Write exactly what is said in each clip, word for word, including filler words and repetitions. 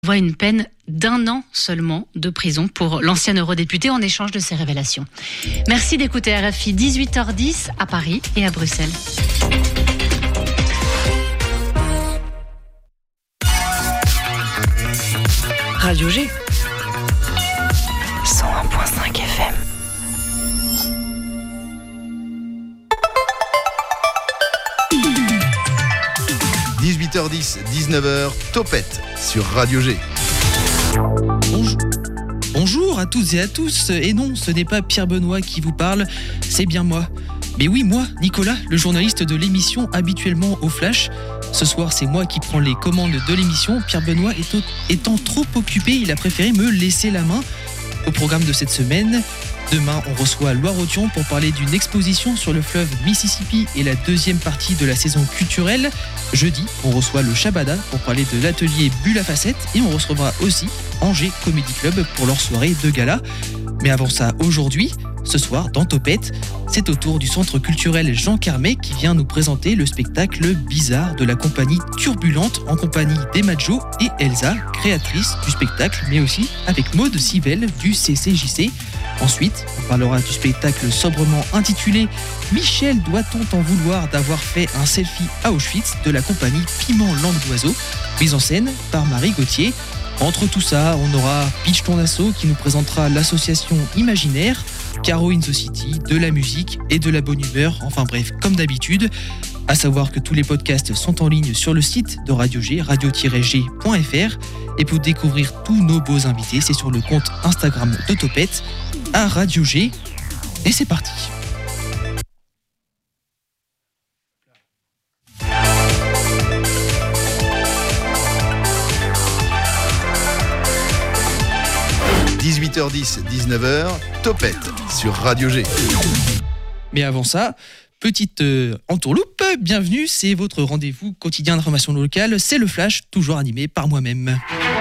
voit une peine d'un an seulement de prison pour l'ancien eurodéputé en échange de ses révélations. Merci d'écouter R F I, dix-huit heures dix à Paris et à Bruxelles. Radio G cent un virgule cinq F M. dix-huit heures dix, dix-neuf heures, Topette sur Radio G. Bonjour. Bonjour à toutes et à tous. Et non, ce n'est pas Pierre Benoît qui vous parle, c'est bien moi. Mais oui, moi, Nicolas, le journaliste de l'émission habituellement au Flash. Ce soir, c'est moi qui prends les commandes de l'émission. Pierre Benoît étant trop occupé, il a préféré me laisser la main. Au programme de cette semaine, demain, on reçoit Loire-Othion pour parler d'une exposition sur le fleuve Mississippi et la deuxième partie de la saison culturelle. Jeudi, on reçoit le Shabada pour parler de l'atelier Bulle à facettes et on recevra aussi Angers Comedy Club pour leur soirée de gala. Mais avant ça, aujourd'hui, ce soir, dans Topette, c'est au tour du centre culturel Jean Carmet qui vient nous présenter le spectacle Bizarre de la compagnie Turbulente en compagnie d'Emma Jo et Elsa, créatrice du spectacle, mais aussi avec Maude Civelle du C C J C. Ensuite, on parlera du spectacle sobrement intitulé « Michel, doit-on t'en vouloir d'avoir fait un selfie à Auschwitz » de la compagnie Piment Langue d'Oiseau, mise en scène par Marie Gauthier. Entre tout ça, on aura Pitch ton assaut qui nous présentera l'association Imaginaire, Caro in the City, de la musique et de la bonne humeur, enfin bref, comme d'habitude. À savoir que tous les podcasts sont en ligne sur le site de Radio G, radio tiret g point f r. Et pour découvrir tous nos beaux invités, c'est sur le compte Instagram de Topette, à Radio G. Et c'est parti. dix-huit heures dix, dix-neuf heures, Topette sur Radio G. Mais avant ça, petite euh, entourloupe, bienvenue, c'est votre rendez-vous quotidien d'information locale, c'est le Flash, toujours animé par moi-même.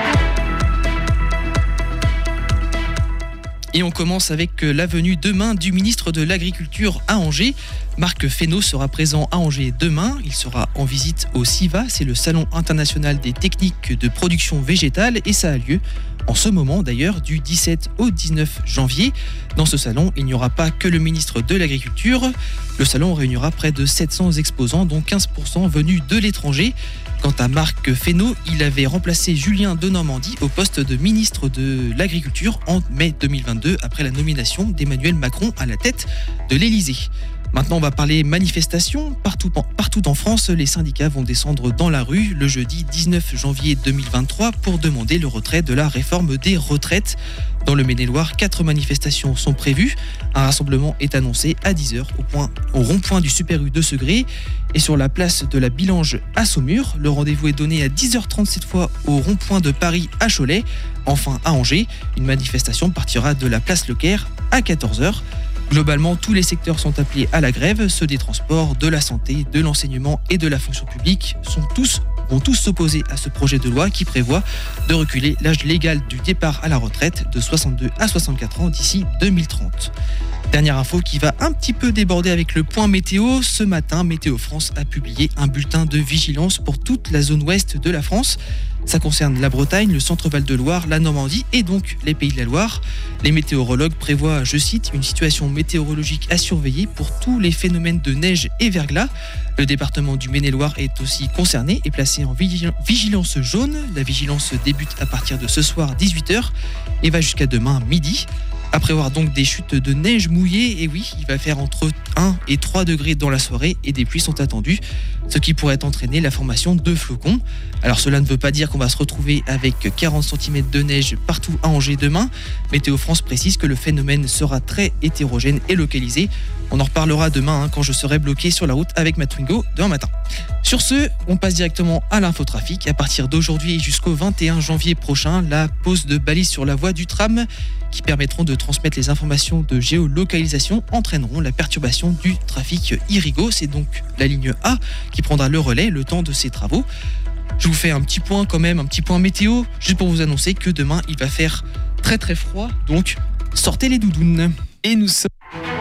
Et on commence avec la venue demain du ministre de l'Agriculture à Angers. Marc Fesneau sera présent à Angers demain. Il sera en visite au SIVA, c'est le Salon international des techniques de production végétale et ça a lieu en ce moment d'ailleurs du dix-sept au dix-neuf janvier. Dans ce salon, il n'y aura pas que le ministre de l'Agriculture. Le salon réunira près de sept cents exposants, dont quinze pour cent venus de l'étranger. Quant à Marc Fesneau, il avait remplacé Julien Denormandie au poste de ministre de l'Agriculture en mai deux mille vingt-deux après la nomination d'Emmanuel Macron à la tête de l'Élysée. Maintenant, on va parler manifestation. Partout, partout en France, les syndicats vont descendre dans la rue le jeudi dix-neuf janvier deux mille vingt-trois pour demander le retrait de la réforme des retraites. Dans le Maine-et-Loire, quatre manifestations sont prévues. Un rassemblement est annoncé à dix heures au, point, au rond-point du Super U de Segré et sur la place de la Bilange à Saumur. Le rendez-vous est donné à dix heures trente cette fois au rond-point de Paris à Cholet. Enfin, à Angers, une manifestation partira de la place Leclerc à quatorze heures. Globalement, tous les secteurs sont appelés à la grève, ceux des transports, de la santé, de l'enseignement et de la fonction publique sont tous, vont tous s'opposer à ce projet de loi qui prévoit de reculer l'âge légal du départ à la retraite de soixante-deux à soixante-quatre ans d'ici deux mille trente. Dernière info qui va un petit peu déborder avec le point météo. Ce matin, Météo France a publié un bulletin de vigilance pour toute la zone ouest de la France. Ça concerne la Bretagne, le centre-val de Loire, la Normandie et donc les Pays de la Loire. Les météorologues prévoient, je cite, une situation météorologique à surveiller pour tous les phénomènes de neige et verglas. Le département du Maine-et-Loire est aussi concerné et placé en vigilance jaune. La vigilance débute à partir de ce soir dix-huit heures et va jusqu'à demain midi. À prévoir donc des chutes de neige mouillée, et oui, il va faire entre un et trois degrés dans la soirée et des pluies sont attendues, ce qui pourrait entraîner la formation de flocons. Alors cela ne veut pas dire qu'on va se retrouver avec quarante centimètres de neige partout à Angers demain. Météo France précise que le phénomène sera très hétérogène et localisé. On en reparlera demain hein, quand je serai bloqué sur la route avec ma Twingo demain matin. Sur ce, on passe directement à l'infotrafic. À partir d'aujourd'hui jusqu'au vingt et un janvier prochain, la pose de balises sur la voie du tram qui permettront de transmettre les informations de géolocalisation entraîneront la perturbation du trafic Irigo. C'est donc la ligne A qui prendra le relais le temps de ces travaux. Je vous fais un petit point quand même, un petit point météo, juste pour vous annoncer que demain il va faire très très froid, donc sortez les doudounes. Et nous sommes...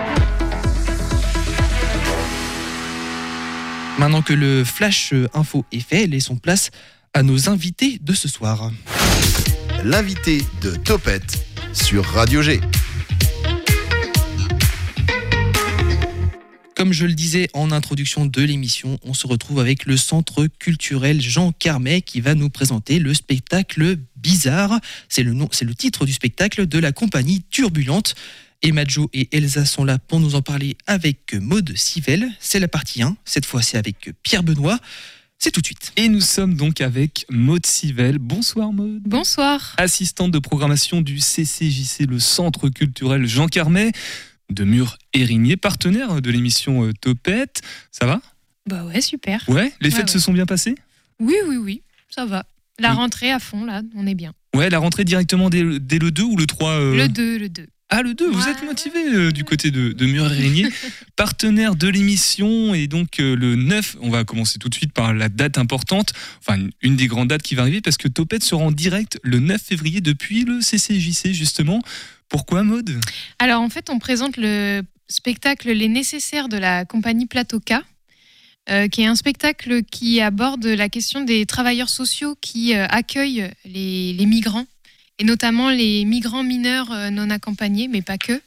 Maintenant que le flash info est fait, laissons place à nos invités de ce soir. l'invité de Topette sur Radio G. Comme je le disais en introduction de l'émission, on se retrouve avec le Centre culturel Jean Carmet qui va nous présenter le spectacle Bizarre. C'est le nom, c'est le titre du spectacle de la compagnie Turbulente. Emma Jo et Elsa sont là pour nous en parler avec Maude Civelle. C'est la partie un. Cette fois, c'est avec Pierre Benoît. C'est tout de suite. Et nous sommes donc avec Maude Civelle. Bonsoir Maude. Bonsoir. Assistante de programmation du C C J C, le Centre culturel Jean Carmet, de Mur-Érigné, partenaire de l'émission euh, Topette. Ça va ? Bah ouais, super. Ouais, les fêtes ouais, se ouais. sont bien passées ? Oui, oui, oui, ça va. La oui. rentrée à fond, là, on est bien. Ouais, la rentrée directement dès, dès le deux ou le trois euh... Le deux, le deux. Ah, le deux, vous ouais. êtes motivé euh, du côté de, de Mur-Érigné, partenaire de l'émission. Et donc euh, le neuf, on va commencer tout de suite par la date importante, enfin une, une des grandes dates qui va arriver, parce que Topette sera en direct le neuf février depuis le C C J C, justement. Pourquoi, Maude ? Alors, en fait, on présente le spectacle Les Nécessaires de la compagnie Plateau K, euh, qui est un spectacle qui aborde la question des travailleurs sociaux qui euh, accueillent les, les migrants, et notamment les migrants mineurs euh, non accompagnés, mais pas que.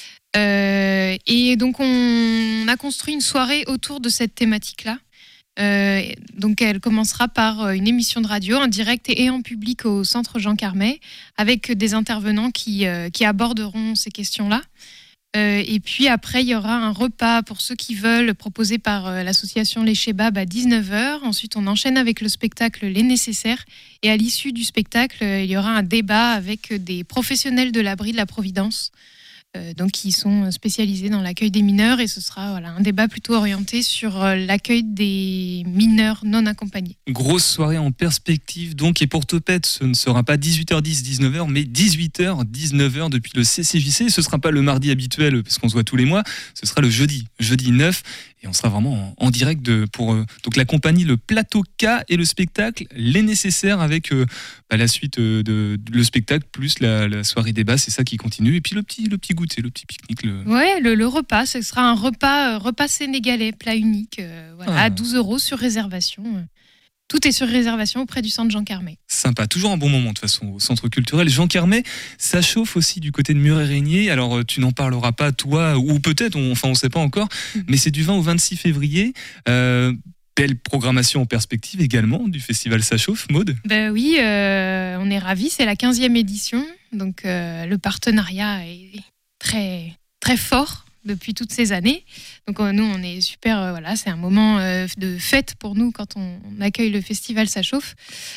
Euh, et donc, on a construit une soirée autour de cette thématique-là. Euh, donc elle commencera par une émission de radio en direct et en public au Centre Jean Carmet, avec des intervenants qui, euh, qui aborderont ces questions-là. Euh, et puis après, il y aura un repas pour ceux qui veulent, proposé par euh, l'association Les Chebabs à dix-neuf heures. Ensuite, on enchaîne avec le spectacle Les Nécessaires. Et à l'issue du spectacle, euh, il y aura un débat avec des professionnels de l'abri de la Providence, euh, donc qui sont spécialisés dans l'accueil des mineurs. Et ce sera voilà, un débat plutôt orienté sur euh, l'accueil des mineurs non accompagnés. Grosse soirée en perspective donc, et pour Topette, ce ne sera pas dix-huit heures dix, dix-neuf heures, mais dix-huit heures, dix-neuf heures depuis le C C J C. Ce ne sera pas le mardi habituel, parce qu'on se voit tous les mois, ce sera le jeudi, jeudi neuf, et on sera vraiment en, en direct de, pour euh, donc la compagnie Le Plateau K et le spectacle Les Nécessaires, avec euh, bah, la suite euh, de, de le spectacle, plus la, la soirée débat, c'est ça qui continue, et puis le petit, le petit goûter, le petit pique-nique. Le... Ouais, le, le repas, ce sera un repas, euh, repas sénégalais, plat unique, euh, voilà, ah. à douze euros sur réservation. Tout est sur réservation auprès du Centre Jean Carmet. Sympa, toujours un bon moment de toute façon au Centre culturel Jean Carmet. Ça chauffe aussi du côté de Mur-Érigné. Alors tu n'en parleras pas toi, ou peut-être, on, enfin on ne sait pas encore, mmh. mais c'est du vingt au vingt-six février. Euh, belle programmation en perspective également du festival Ça chauffe, Maude. Ben oui, euh, on est ravis, c'est la quinzième édition, donc euh, le partenariat est très, très fort depuis toutes ces années. Donc euh, nous, on est super, euh, voilà, c'est un moment euh, de fête pour nous quand on, on accueille le festival Ça chauffe.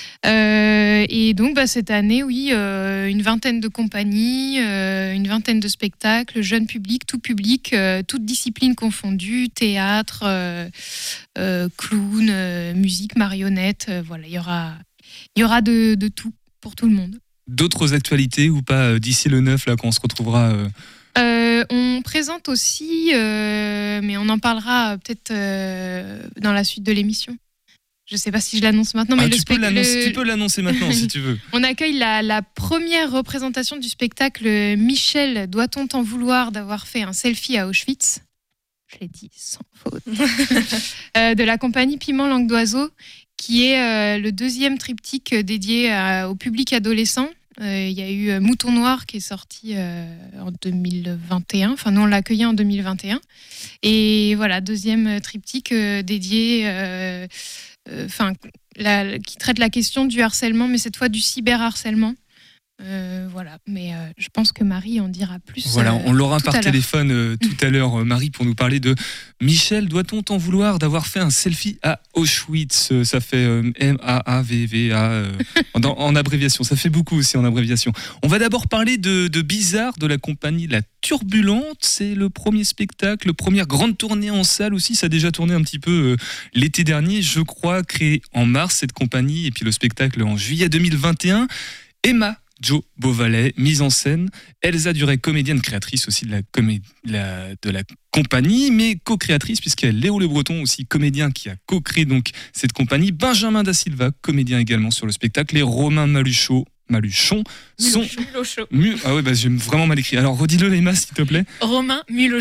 Euh, et donc bah, cette année, oui, euh, une vingtaine de compagnies, euh, une vingtaine de spectacles, jeune public, tout public, euh, toutes disciplines confondues, théâtre, euh, euh, clown, euh, musique, marionnette, euh, voilà, il y aura, il y aura de, de tout pour tout le monde. D'autres actualités ou pas d'ici le neuf, là, quand on se retrouvera euh... Euh, on présente aussi, euh, mais on en parlera peut-être euh, dans la suite de l'émission. Je ne sais pas si je l'annonce maintenant, mais ah, le tu, peux le... tu peux l'annoncer maintenant si tu veux. On accueille la, la première représentation du spectacle Michel, doit-on t'en vouloir d'avoir fait un selfie à Auschwitz ? Je l'ai dit sans faute. euh, de la compagnie Piment Langue d'Oiseau, qui est euh, le deuxième triptyque dédié à, au public adolescent. Il euh, y a eu Mouton Noir qui est sorti euh, en deux mille vingt et un. Enfin, nous, on l'a accueilli en deux mille vingt et un. Et voilà, deuxième triptyque euh, dédié, euh, euh, enfin, la, qui traite la question du harcèlement, mais cette fois du cyberharcèlement. Euh, voilà, mais euh, je pense que Marie en dira plus. Voilà, euh, on l'aura par téléphone euh, tout à l'heure, Marie, pour nous parler de Michel, doit-on t'en vouloir d'avoir fait un selfie à Auschwitz ? Ça fait euh, M A A V V A euh, en, en abréviation, ça fait beaucoup aussi en abréviation. On va d'abord parler de, de Bizarre, de la compagnie La Turbulente. C'est le premier spectacle, première grande tournée en salle aussi. Ça a déjà tourné un petit peu euh, l'été dernier, je crois, créé en mars cette compagnie, et puis le spectacle en juillet deux mille vingt et un. Emma Jo Beauvalet, mise en scène. Elsa Duret, comédienne, créatrice aussi de la, comé- la, de la compagnie, mais co-créatrice, puisqu'il y a Léo Le Breton, aussi comédien, qui a co-créé donc cette compagnie. Benjamin Da Silva, comédien également sur le spectacle. Et Romain Maluchot, Maluchon sont... Mulochot. Mu... Ah ouais, bah, j'ai vraiment mal écrit. Alors redis-le, Emma, s'il te plaît. Romain Mulochot.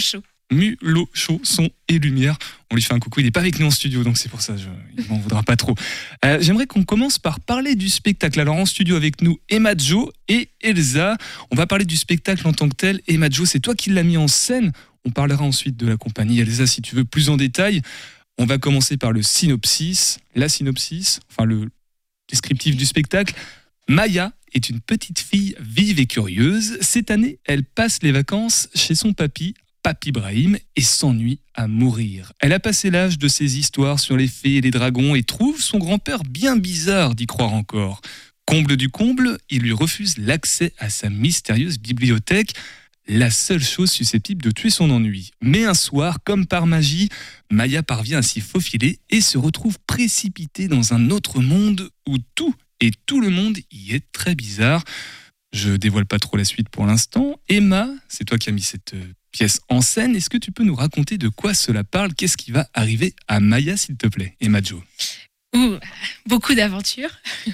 Mulot, chaud, son et lumière. On lui fait un coucou, il n'est pas avec nous en studio, donc c'est pour ça, je, il m'en voudra pas trop. Euh, j'aimerais qu'on commence par parler du spectacle. Alors en studio avec nous, Emma Jo et Elsa. On va parler du spectacle en tant que tel. Emma Jo, c'est toi qui l'as mis en scène. On parlera ensuite de la compagnie. Elsa, si tu veux plus en détail. On va commencer par le synopsis. La synopsis, enfin le descriptif du spectacle. Maya est une petite fille vive et curieuse. Cette année, elle passe les vacances chez son papy, Papy Brahim, et s'ennuie à mourir. Elle a passé l'âge de ses histoires sur les fées et les dragons et trouve son grand-père bien bizarre d'y croire encore. Comble du comble, il lui refuse l'accès à sa mystérieuse bibliothèque, la seule chose susceptible de tuer son ennui. Mais un soir, comme par magie, Maya parvient à s'y faufiler et se retrouve précipitée dans un autre monde où tout et tout le monde y est très bizarre. Je dévoile pas trop la suite pour l'instant. Emma, c'est toi qui as mis cette pièce en scène. Est-ce que tu peux nous raconter de quoi cela parle ? Qu'est-ce qui va arriver à Maya, s'il te plaît, Emma Jo ? Ouh, beaucoup d'aventures.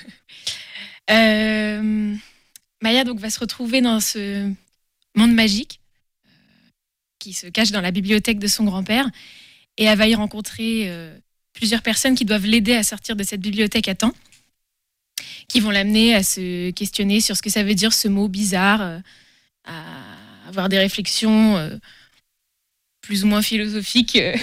euh, Maya donc va se retrouver dans ce monde magique euh, qui se cache dans la bibliothèque de son grand-père, et elle va y rencontrer euh, plusieurs personnes qui doivent l'aider à sortir de cette bibliothèque à temps, qui vont l'amener à se questionner sur ce que ça veut dire ce mot bizarre, euh, à avoir des réflexions euh, plus ou moins philosophiques euh,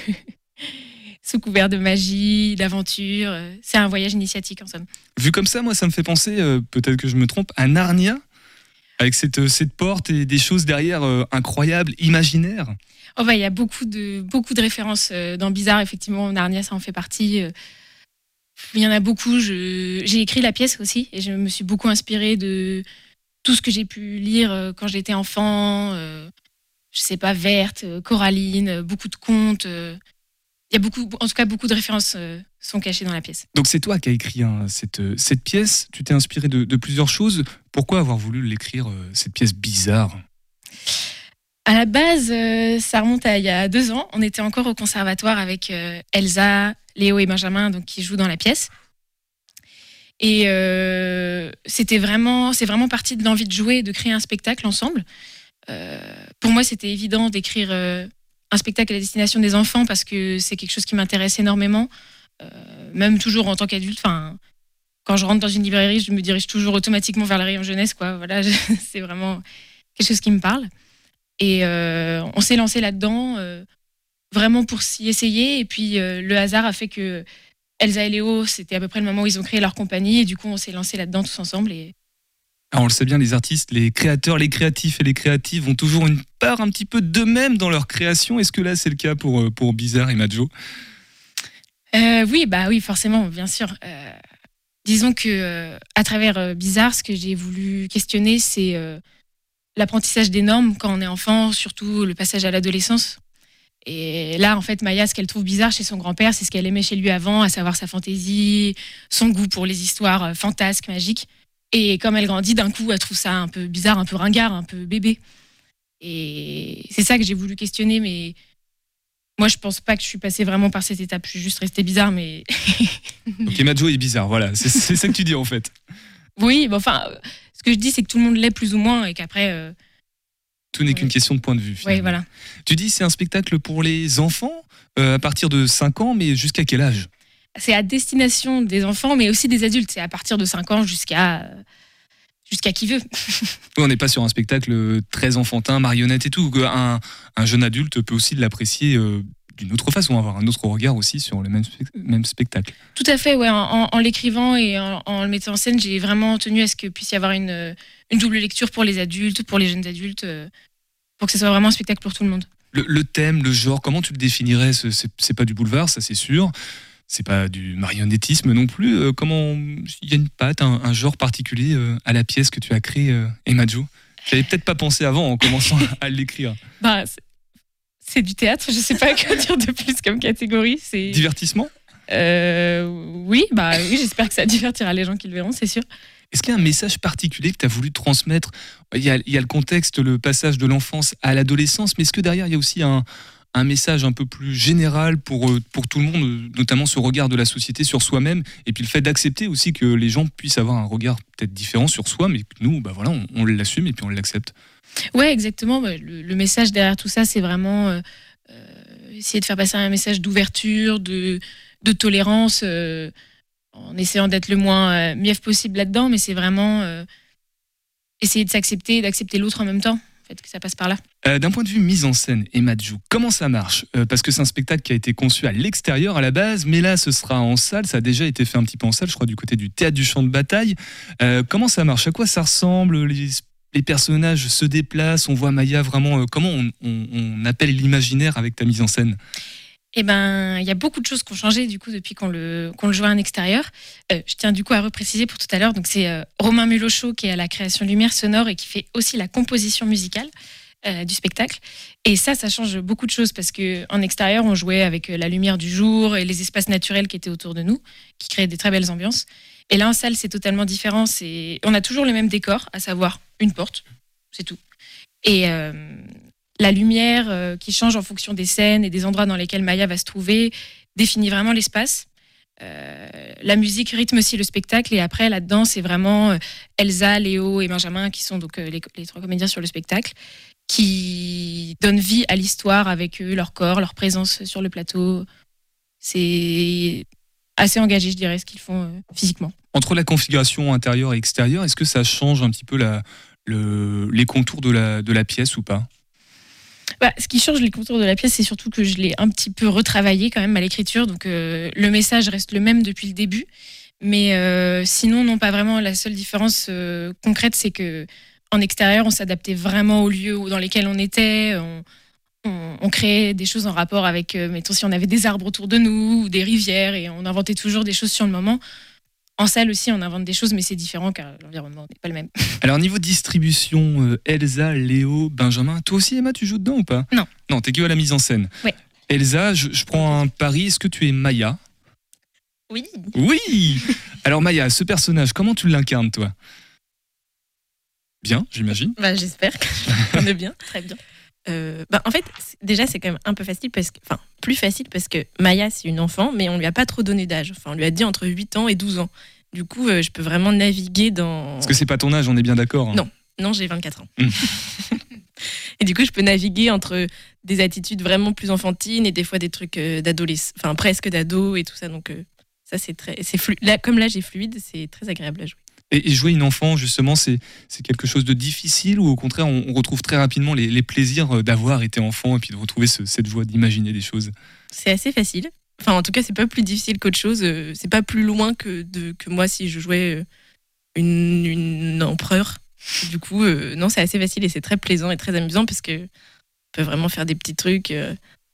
sous couvert de magie, d'aventure. Euh, c'est un voyage initiatique en somme. Vu comme ça, moi, ça me fait penser, euh, peut-être que je me trompe, à Narnia, avec cette, cette porte et des choses derrière euh, incroyables, imaginaires. Oh bah, il y a beaucoup de, beaucoup de références euh, dans Bizarre, effectivement. Narnia, ça en fait partie. Euh, il y en a beaucoup. Je, j'ai écrit la pièce aussi et je me suis beaucoup inspirée de tout ce que j'ai pu lire quand j'étais enfant, euh, je sais pas, Verte, Coraline, beaucoup de contes. Euh, il y a beaucoup, en tout cas, beaucoup de références euh, sont cachées dans la pièce. Donc c'est toi qui as écrit hein, cette, cette pièce. Tu t'es inspiré de, de plusieurs choses. Pourquoi avoir voulu l'écrire, euh, cette pièce bizarre ? À la base, euh, ça remonte à il y a deux ans. On était encore au conservatoire avec euh, Elsa, Léo et Benjamin, donc qui jouent dans la pièce. Et euh, c'était vraiment, c'est vraiment parti de l'envie de jouer, de créer un spectacle ensemble. Euh, pour moi, c'était évident d'écrire euh, un spectacle à la destination des enfants parce que c'est quelque chose qui m'intéresse énormément. Euh, même toujours en tant qu'adulte, enfin, quand je rentre dans une librairie, je me dirige toujours automatiquement vers le rayon jeunesse, quoi. Voilà, je, c'est vraiment quelque chose qui me parle. Et euh, on s'est lancé là-dedans, euh, vraiment pour s'y essayer. Et puis euh, le hasard a fait que Elsa et Léo, c'était à peu près le moment où ils ont créé leur compagnie, et du coup on s'est lancé là-dedans tous ensemble. Et... Alors, on le sait bien, les artistes, les créateurs, les créatifs et les créatives ont toujours une part un petit peu d'eux-mêmes dans leur création. Est-ce que là c'est le cas pour, pour Bizarre et Emma Jo ? euh, Oui, bah oui, forcément, bien sûr. Euh, disons que euh, à travers euh, Bizarre, ce que j'ai voulu questionner, c'est euh, l'apprentissage des normes quand on est enfant, surtout le passage à l'adolescence. Et là, en fait, Maya, ce qu'elle trouve bizarre chez son grand-père, c'est ce qu'elle aimait chez lui avant, à savoir sa fantaisie, son goût pour les histoires fantasques, magiques. Et comme elle grandit, d'un coup, elle trouve ça un peu bizarre, un peu ringard, un peu bébé. Et c'est ça que j'ai voulu questionner, mais moi, je pense pas que je suis passée vraiment par cette étape. Je suis juste restée bizarre, mais... Ok, Emma Jo est bizarre, voilà. C'est, c'est ça que tu dis, en fait. Oui, bon, enfin, ce que je dis, c'est que tout le monde l'est plus ou moins, et qu'après... Euh... Tout n'est qu'une question de point de vue, finalement. Oui, voilà. Tu dis c'est un spectacle pour les enfants euh, à partir de cinq ans, mais jusqu'à quel âge ? C'est à destination des enfants, mais aussi des adultes. C'est à partir de cinq ans jusqu'à, jusqu'à qui veut. Oui, on n'est pas sur un spectacle très enfantin, marionnette et tout. Un, un jeune adulte peut aussi l'apprécier euh, d'une autre façon, avoir un autre regard aussi sur le même, spe- même spectacle. Tout à fait, ouais. En, en l'écrivant et en, en le mettant en scène, j'ai vraiment tenu à ce qu'il puisse y avoir une, une double lecture pour les adultes, pour les jeunes adultes, euh, pour que ce soit vraiment un spectacle pour tout le monde. Le, le thème, le genre, comment tu le définirais ? c'est, c'est pas du boulevard, ça c'est sûr. C'est pas du marionnettisme non plus. Euh, comment il y a une patte, un, un genre particulier euh, à la pièce que tu as créée, euh, Emma Jo ? J'avais peut-être pas pensé avant en commençant à l'écrire. Bah, c'est, c'est du théâtre. Je sais pas quoi dire de plus comme catégorie. C'est divertissement. Euh, oui, bah oui. J'espère que ça divertira les gens qui le verront, c'est sûr. Est-ce qu'il y a un message particulier que tu as voulu transmettre ? Il y a, il y a le contexte, le passage de l'enfance à l'adolescence, mais est-ce que derrière il y a aussi un un message un peu plus général pour, pour tout le monde, notamment ce regard de la société sur soi-même, et puis le fait d'accepter aussi que les gens puissent avoir un regard peut-être différent sur soi, mais que nous, bah voilà, on, on l'assume et puis on l'accepte. Ouais, exactement. Le, le message derrière tout ça, c'est vraiment euh, euh, essayer de faire passer un message d'ouverture, de, de tolérance, euh, en essayant d'être le moins euh, mief possible là-dedans, mais c'est vraiment euh, essayer de s'accepter et d'accepter l'autre en même temps. En fait, que ça passe par là. Euh, d'un point de vue mise en scène, Emma Djou, comment ça marche ? euh, Parce que c'est un spectacle qui a été conçu à l'extérieur à la base, mais là ce sera en salle, ça a déjà été fait un petit peu en salle, je crois du côté du théâtre du champ de bataille. Euh, comment ça marche ? À quoi ça ressemble ? les, les personnages se déplacent, on voit Maya vraiment... Euh, comment on, on, on appelle l'imaginaire avec ta mise en scène ? Eh ben, il y a beaucoup de choses qui ont changé du coup depuis qu'on le, qu'on le jouait en extérieur. Euh, je tiens du coup à repréciser pour tout à l'heure. Donc c'est euh, Romain Mulochot qui est à la création lumière sonore et qui fait aussi la composition musicale euh, du spectacle. Et ça, ça change beaucoup de choses parce que en extérieur, on jouait avec la lumière du jour et les espaces naturels qui étaient autour de nous, qui créaient des très belles ambiances. Et là en salle, c'est totalement différent. C'est, on a toujours le même décor, à savoir une porte, c'est tout. Et euh, la lumière euh, qui change en fonction des scènes et des endroits dans lesquels Maya va se trouver définit vraiment l'espace. Euh, la musique rythme aussi le spectacle et après là-dedans c'est vraiment euh, Elsa, Léo et Benjamin qui sont donc euh, les, les trois comédiens sur le spectacle qui donnent vie à l'histoire avec eux, leur corps, leur présence sur le plateau. C'est assez engagé, je dirais, ce qu'ils font euh, physiquement. Entre la configuration intérieure et extérieure, est-ce que ça change un petit peu la, le, les contours de la, de la pièce ou pas ? Bah, ce qui change les contours de la pièce, c'est surtout que je l'ai un petit peu retravaillé quand même à l'écriture. Donc euh, le message reste le même depuis le début. Mais euh, sinon, non, pas vraiment. La seule différence euh, concrète, c'est que en extérieur, on s'adaptait vraiment aux lieux dans lesquels on était. On, on, on créait des choses en rapport avec, euh, mettons, si on avait des arbres autour de nous ou des rivières, et on inventait toujours des choses sur le moment. En salle aussi, on invente des choses, mais c'est différent car l'environnement n'est pas le même. Alors, niveau distribution, euh, Elsa, Léo, Benjamin, toi aussi, Emma, tu joues dedans ou pas ? Non. Non, t'es que à la mise en scène. Oui. Elsa, je, je prends un pari, est-ce que tu es Maya ? Oui. Oui. Alors, Maya, ce personnage, comment tu l'incarnes, toi ? Bien, j'imagine. Bah, j'espère qu'on est bien. Très bien. Euh, bah, en fait, c'est- déjà, c'est quand même un peu facile, parce que, enfin, plus facile parce que Maya, c'est une enfant, mais on lui a pas trop donné d'âge. Enfin, on lui a dit entre huit ans et douze ans. Du coup, euh, je peux vraiment naviguer dans... Parce que c'est pas ton âge, on est bien d'accord. hein. Non. Non, j'ai vingt-quatre ans. Mm. Et du coup, je peux naviguer entre des attitudes vraiment plus enfantines et des fois des trucs euh, d'adolescents, enfin presque d'ado et tout ça. Donc, euh, ça, c'est très. C'est flu... Là, comme l'âge est fluide, c'est très agréable à jouer. Et, et jouer une enfant, justement, c'est, c'est quelque chose de difficile ou au contraire, on, on retrouve très rapidement les, les plaisirs d'avoir été enfant et puis de retrouver ce- cette joie d'imaginer des choses. C'est assez facile. Enfin, en tout cas, c'est pas plus difficile qu'autre chose. euh, C'est pas plus loin que, de, que moi si je jouais euh, une, une empereur. Du coup, euh, non, c'est assez facile et c'est très plaisant et très amusant parce que on peut vraiment faire des petits trucs, euh,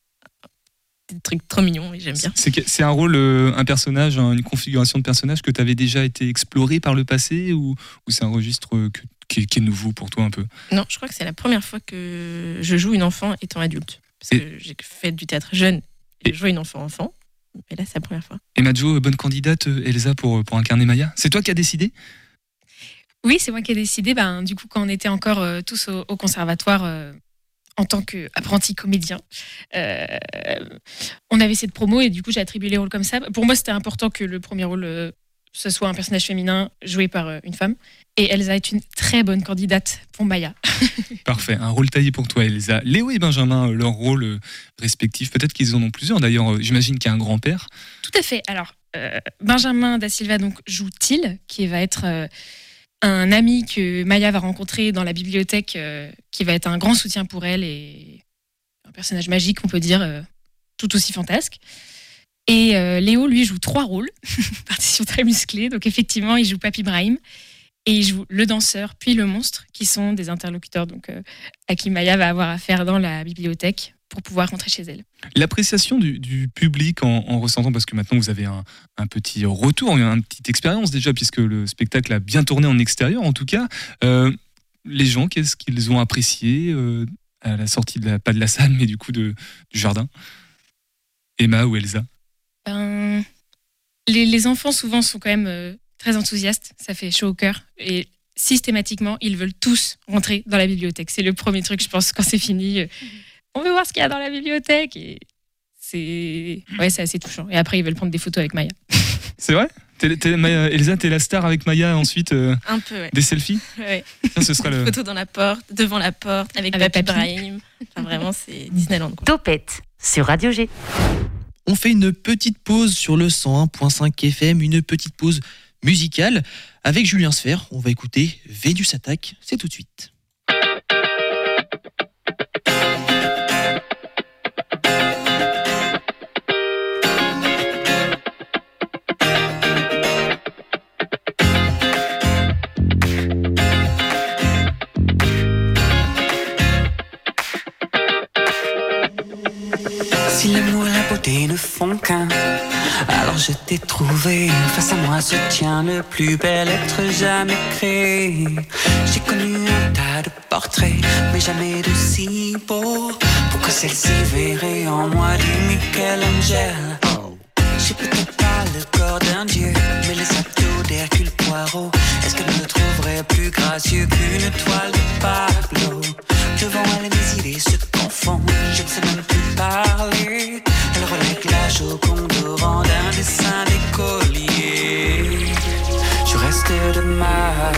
des trucs trop mignons et j'aime bien. C'est, que- c'est un rôle, euh, un personnage, un- une configuration de personnage que tu avais déjà été exploré par le passé ou, ou c'est un registre euh, que- qui, est, qui est nouveau pour toi un peu ? Non, je crois que c'est la première fois que je joue une enfant étant adulte. Parce que j'ai fait du théâtre jeune et Et- joué une enfant enfant. Mais là, c'est la première fois. Et Majo, bonne candidate, euh, Elsa, pour, pour incarner Maya. C'est toi qui as décidé ? Oui, c'est moi qui ai décidé. Ben, du coup, quand on était encore euh, tous au, au conservatoire euh, en tant qu'apprenti comédien, euh, on avait cette promo et du coup, j'ai attribué les rôles comme ça. Pour moi, c'était important que le premier rôle, euh, ce soit un personnage féminin joué par euh, une femme. Et Elsa est une très bonne candidate pour Maya. Parfait, un rôle taillé pour toi, Elsa. Léo et Benjamin, euh, leur rôle euh, respectif, peut-être qu'ils en ont plusieurs. D'ailleurs, euh, j'imagine qu'il y a un grand-père. Tout à fait. Alors, euh, Benjamin Da Silva donc, joue Till, qui va être euh, un ami que Maya va rencontrer dans la bibliothèque, euh, qui va être un grand soutien pour elle et un personnage magique, on peut dire, euh, tout aussi fantasque. Et euh, Léo, lui, joue trois rôles, partition très musclée. Donc, effectivement, il joue Papy Brahim et il joue le danseur, puis le monstre, qui sont des interlocuteurs donc, euh, à qui Maya va avoir affaire dans la bibliothèque pour pouvoir rentrer chez elle. L'appréciation du, du public en, en ressentant, parce que maintenant vous avez un, un petit retour, une petite expérience déjà, puisque le spectacle a bien tourné en extérieur en tout cas. Euh, les gens, qu'est-ce qu'ils ont apprécié euh, à la sortie, de la, pas de la salle, mais du coup de, du jardin ? Emma ou Elsa ? Ben, les, les enfants souvent sont quand même euh, très enthousiastes, ça fait chaud au cœur et systématiquement ils veulent tous rentrer dans la bibliothèque. C'est le premier truc, je pense, quand c'est fini. euh, on veut voir ce qu'il y a dans la bibliothèque. Et c'est, ouais, c'est assez touchant. Et après, ils veulent prendre des photos avec Maya. C'est vrai ? T'es, t'es, Maya, Elsa, t'es la star avec Maya ensuite euh, Un peu, ouais. des selfies ? Ouais. Ça, ce sera Des le... photos dans la porte, devant la porte, avec, Avec Papy Papy. Brahim. Enfin, vraiment, c'est Disneyland, quoi. Topette sur Radio G. On fait une petite pause sur le cent un virgule cinq F M, une petite pause musicale. Avec Julien Sfer, on va écouter Vénus Attaque, c'est tout de suite. Si l'amour et la beauté ne font qu'un, alors je t'ai trouvé. Face à moi se tient le plus bel être jamais créé. J'ai connu un tas de portraits, mais jamais de si beau. Pourquoi celle-ci verrait en moi du Michel-Angel? J'ai peut-être pas le corps d'un dieu, mais les abdos d'Hercule Poirot. Est-ce qu'elle me trouverait plus gracieux qu'une toile de Pablo? Devant elle, mes idées se confondent, je ne sais même plus parler. Elle relègue la Joconde au rang d'un dessin d'écolier. Je reste de mal.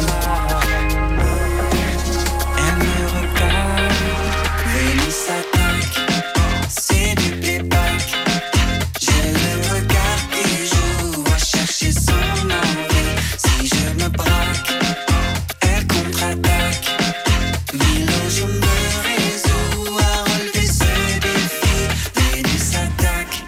Elle me regarde, Vénus attaque, c'est du playback. J'ai le regard qui joue à chercher son envie. Si je me braque, elle contre-attaque. Mille je me résous à relever ce défi. Vénus attaque.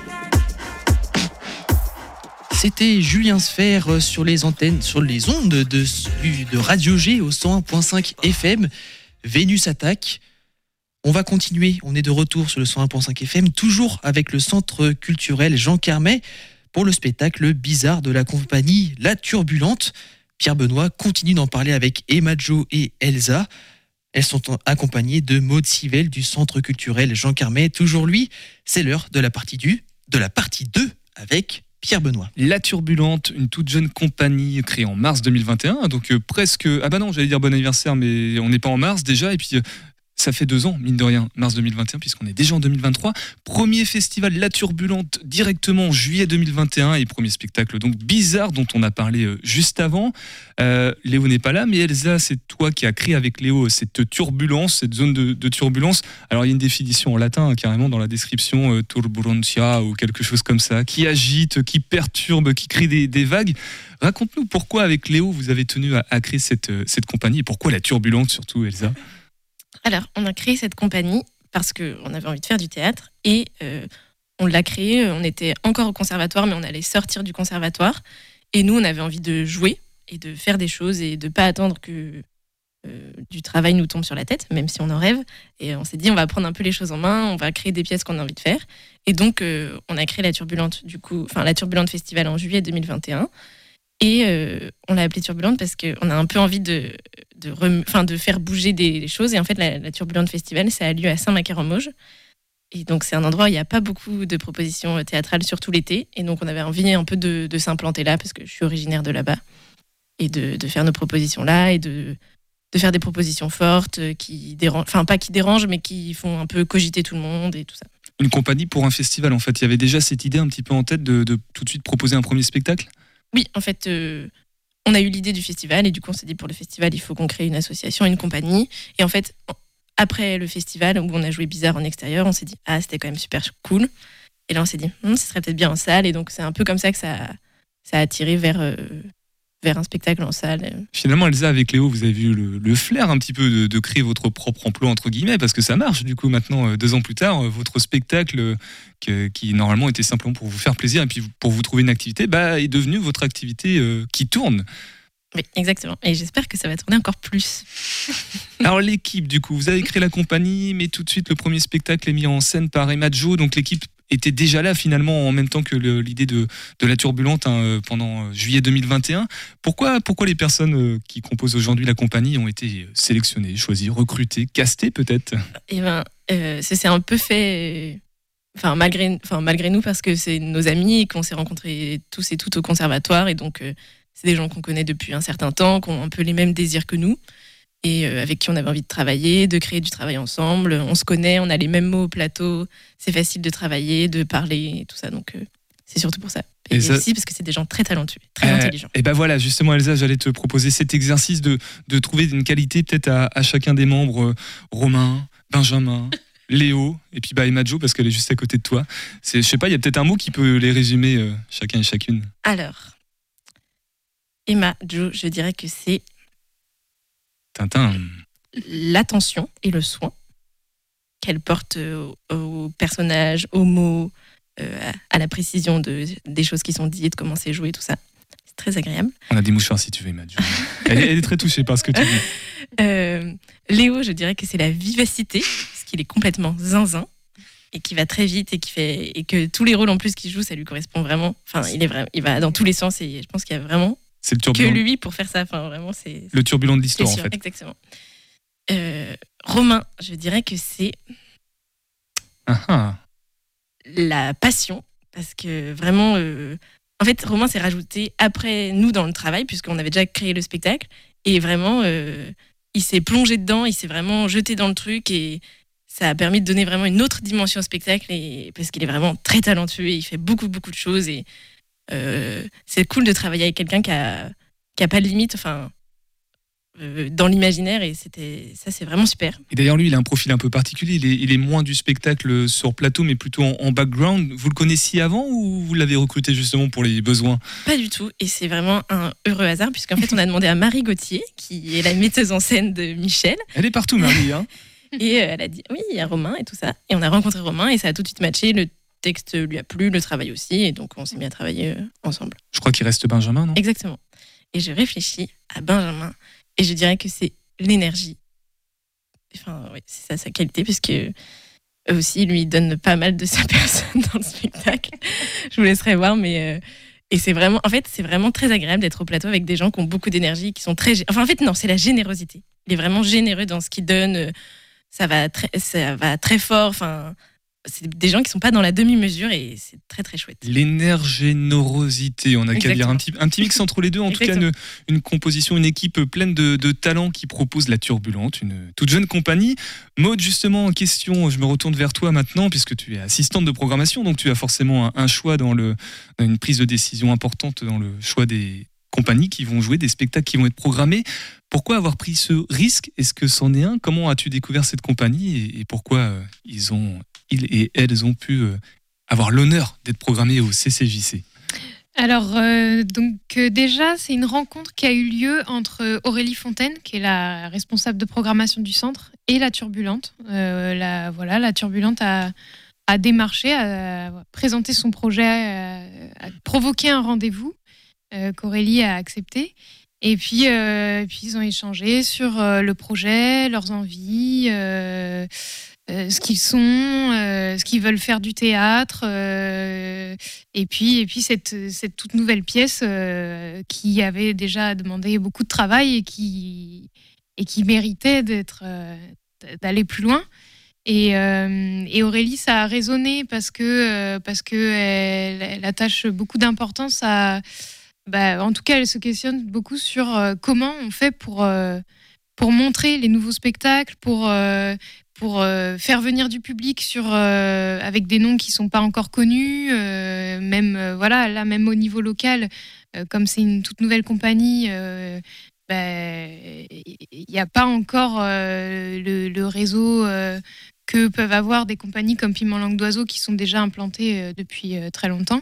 C'était Julien Sfer sur les antennes, sur les ondes de, de Radio G au cent un virgule cinq F M. Vénus Attaque. On va continuer, on est de retour sur le cent un virgule cinq F M, toujours avec le centre culturel Jean Carmet pour le spectacle bizarre de la compagnie La Turbulente. Pierre Benoît continue d'en parler avec Emma Jo et Elsa. Elles sont accompagnées de Maud Civelle du centre culturel Jean Carmet. Toujours lui, c'est l'heure de la partie du, de la partie deux avec Pierre Benoît. La Turbulente, une toute jeune compagnie créée en mars deux mille vingt et un, donc euh, presque... Ah bah non, j'allais dire bon anniversaire, mais on n'est pas en mars déjà, et puis... Euh, ça fait deux ans, mine de rien, mars deux mille vingt et un, puisqu'on est déjà en deux mille vingt-trois. Premier festival La Turbulente directement en juillet deux mille vingt et un et premier spectacle donc bizarre dont on a parlé euh, juste avant. Euh, Léo n'est pas là, mais Elsa, c'est toi qui as créé avec Léo cette turbulence, cette zone de, de turbulence. Alors il y a une définition en latin hein, carrément dans la description, euh, turbulentia ou quelque chose comme ça, qui agite, qui perturbe, qui crée des, des vagues. Raconte-nous pourquoi avec Léo vous avez tenu à, à créer cette, cette compagnie et pourquoi La Turbulente surtout, Elsa? Alors, on a créé cette compagnie parce qu'on avait envie de faire du théâtre et euh, on l'a créée, on était encore au conservatoire, mais on allait sortir du conservatoire. Et nous, on avait envie de jouer et de faire des choses et de ne pas attendre que euh, du travail nous tombe sur la tête, même si on en rêve. Et on s'est dit, on va prendre un peu les choses en main, on va créer des pièces qu'on a envie de faire. Et donc, euh, on a créé La Turbulente, du coup, enfin, La Turbulente Festival en juillet deux mille vingt et un. Et euh, on l'a appelée Turbulente parce qu'on a un peu envie de, de, rem... enfin, de faire bouger des choses. Et en fait, la, la Turbulente Festival, ça a lieu à Saint-Macaire-en-Mauges. Et donc, c'est un endroit où il n'y a pas beaucoup de propositions théâtrales, surtout l'été. Et donc, on avait envie un peu de, de s'implanter là parce que je suis originaire de là-bas. Et de, de faire nos propositions là et de, de faire des propositions fortes qui dérangent, enfin, pas qui dérangent, mais qui font un peu cogiter tout le monde et tout ça. Une compagnie pour un festival, en fait. Il y avait déjà cette idée un petit peu en tête de, de tout de suite proposer un premier spectacle? Oui, en fait, euh, on a eu l'idée du festival et du coup, on s'est dit pour le festival, il faut qu'on crée une association, une compagnie. Et en fait, après le festival où on a joué bizarre en extérieur, on s'est dit ah, c'était quand même super cool. Et là, on s'est dit hm, ce serait peut-être bien en salle. Et donc, c'est un peu comme ça que ça, ça a attiré vers, euh, vers un spectacle en salle. Finalement, Elsa, avec Léo, vous avez eu le, le flair un petit peu de, de créer votre propre emploi, entre guillemets, parce que ça marche. Du coup, maintenant, deux ans plus tard, votre spectacle, que, qui normalement était simplement pour vous faire plaisir et puis pour vous trouver une activité, bah, est devenu votre activité euh, qui tourne. Oui, exactement. Et j'espère que ça va tourner encore plus. Alors, l'équipe, du coup, vous avez créé la compagnie, mais tout de suite, le premier spectacle est mis en scène par Emma Jo, donc l'équipe était déjà là finalement en même temps que le, l'idée de, de La Turbulente hein, pendant juillet deux mille vingt et un. Pourquoi, pourquoi les personnes qui composent aujourd'hui la compagnie ont été sélectionnées, choisies, recrutées, castées peut-être? Eh ben, euh, ça s'est un peu fait, enfin malgré, enfin malgré nous parce que c'est nos amis et qu'on s'est rencontrés tous et toutes au conservatoire et donc euh, c'est des gens qu'on connaît depuis un certain temps, qui ont un peu les mêmes désirs que nous. et euh, avec qui on avait envie de travailler, de créer du travail ensemble. On se connaît, on a les mêmes mots au plateau, c'est facile de travailler, de parler, et tout ça. Donc, euh, c'est surtout pour ça. Et, Et ça- aussi parce que c'est des gens très talentueux, très Euh, intelligents. Et ben voilà, justement, Elsa, j'allais te proposer cet exercice de, de trouver une qualité peut-être à, à chacun des membres, euh, Romain, Benjamin, Léo, et puis bah, Emma Jo, parce qu'elle est juste à côté de toi. C'est, je sais pas, il y a peut-être un mot qui peut les résumer euh, chacun et chacune. Alors, Emma, Jo, je dirais que c'est Tintin. l'attention et le soin qu'elle porte euh, aux personnages, aux mots, euh, à la précision de, des choses qui sont dites, comment c'est joué, tout ça. C'est très agréable. On a des mouchoirs si tu veux, Emma Jo. Elle, est- elle est très touchée par ce que tu dis. Euh, Léo, je dirais que c'est la vivacité, parce qu'il est complètement zinzin et qui va très vite et qui fait et que tous les rôles en plus qu'il joue, ça lui correspond vraiment. Enfin, il est vraiment, il va dans tous les sens et je pense qu'il y a vraiment C'est le que turbulent, lui pour faire ça. Enfin, vraiment, c'est le turbulent de c'est l'histoire, en sûr, fait. exactement. Euh, Romain, je dirais que c'est Ah, ah. la passion, parce que vraiment, euh, en fait, Romain s'est rajouté après nous dans le travail, puisqu'on avait déjà créé le spectacle, et vraiment, euh, il s'est plongé dedans, il s'est vraiment jeté dans le truc, et ça a permis de donner vraiment une autre dimension au spectacle, et, parce qu'il est vraiment très talentueux, et il fait beaucoup, beaucoup de choses, et euh, c'est cool de travailler avec quelqu'un qui a, qui a pas de limite, enfin, euh, dans l'imaginaire, et c'était, ça, c'est vraiment super. Et d'ailleurs, lui, il a un profil un peu particulier. Il est, il est moins du spectacle sur plateau, mais plutôt en, en background. Vous le connaissiez avant ou vous l'avez recruté justement pour les besoins? Pas du tout, et c'est vraiment un heureux hasard, puisqu'en fait, on a demandé à Marie Gauthier, qui est la metteuse en scène de Michel, Elle est partout, Marie. Hein. et euh, elle a dit oui, il y a Romain et tout ça. Et on a rencontré Romain, et ça a tout de suite matché. Le texte lui a plu, le travail aussi, et donc on s'est mis à travailler euh, ensemble. Je crois qu'il reste Benjamin, non? Exactement. Et je réfléchis à Benjamin, et je dirais que c'est l'énergie. Enfin, oui, c'est ça sa qualité, puisque eux aussi, lui, il donne pas mal de sa personne dans le spectacle. Je vous laisserai voir, mais. euh, Et c'est vraiment, en fait, c'est vraiment très agréable d'être au plateau avec des gens qui ont beaucoup d'énergie, qui sont très. gé- Enfin, en fait, non, c'est la générosité. Il est vraiment généreux dans ce qu'il donne. euh, Ça va très, ça va très fort. Enfin, c'est des gens qui sont pas dans la demi-mesure et c'est très très chouette. L'énergénorosité, on a qu'à dire Exactement. un petit, un petit mix entre les deux, en tout cas une, une composition, une équipe pleine de, de talents qui propose la Turbulente, une toute jeune compagnie. Maud, justement, en question, je me retourne vers toi maintenant, puisque tu es assistante de programmation, donc tu as forcément un, un choix dans le, une prise de décision importante dans le choix des compagnies qui vont jouer, des spectacles qui vont être programmés. Pourquoi avoir pris ce risque? Est-ce que c'en est un? Comment as-tu découvert cette compagnie et, et pourquoi euh, ils ont, ils et elles ont pu euh, avoir l'honneur d'être programmés au C C J C? Alors, euh, donc euh, déjà, c'est une rencontre qui a eu lieu entre Aurélie Fontaine, qui est la responsable de programmation du centre, et la Turbulente. Euh, la, voilà, la Turbulente a, a démarché, a présenté son projet, a, a provoqué un rendez-vous euh, qu'Aurélie a accepté. Et puis, euh, puis, ils ont échangé sur euh, le projet, leurs envies, euh, euh, ce qu'ils sont, euh, ce qu'ils veulent faire du théâtre. Euh, et puis, et puis cette, cette toute nouvelle pièce euh, qui avait déjà demandé beaucoup de travail et qui, et qui méritait d'être, euh, d'aller plus loin. Et, euh, et Aurélie, ça a résonné parce que, euh, parce que elle, elle attache beaucoup d'importance à... Bah, en tout cas, elle se questionne beaucoup sur euh, comment on fait pour, euh, pour montrer les nouveaux spectacles, pour, euh, pour euh, faire venir du public sur, euh, avec des noms qui ne sont pas encore connus, euh, même, euh, voilà, là, même au niveau local, euh, comme c'est une toute nouvelle compagnie, euh, bah, il n'y a pas encore euh, le, le réseau euh, que peuvent avoir des compagnies comme Piment Langue d'Oiseau qui sont déjà implantées euh, depuis euh, très longtemps.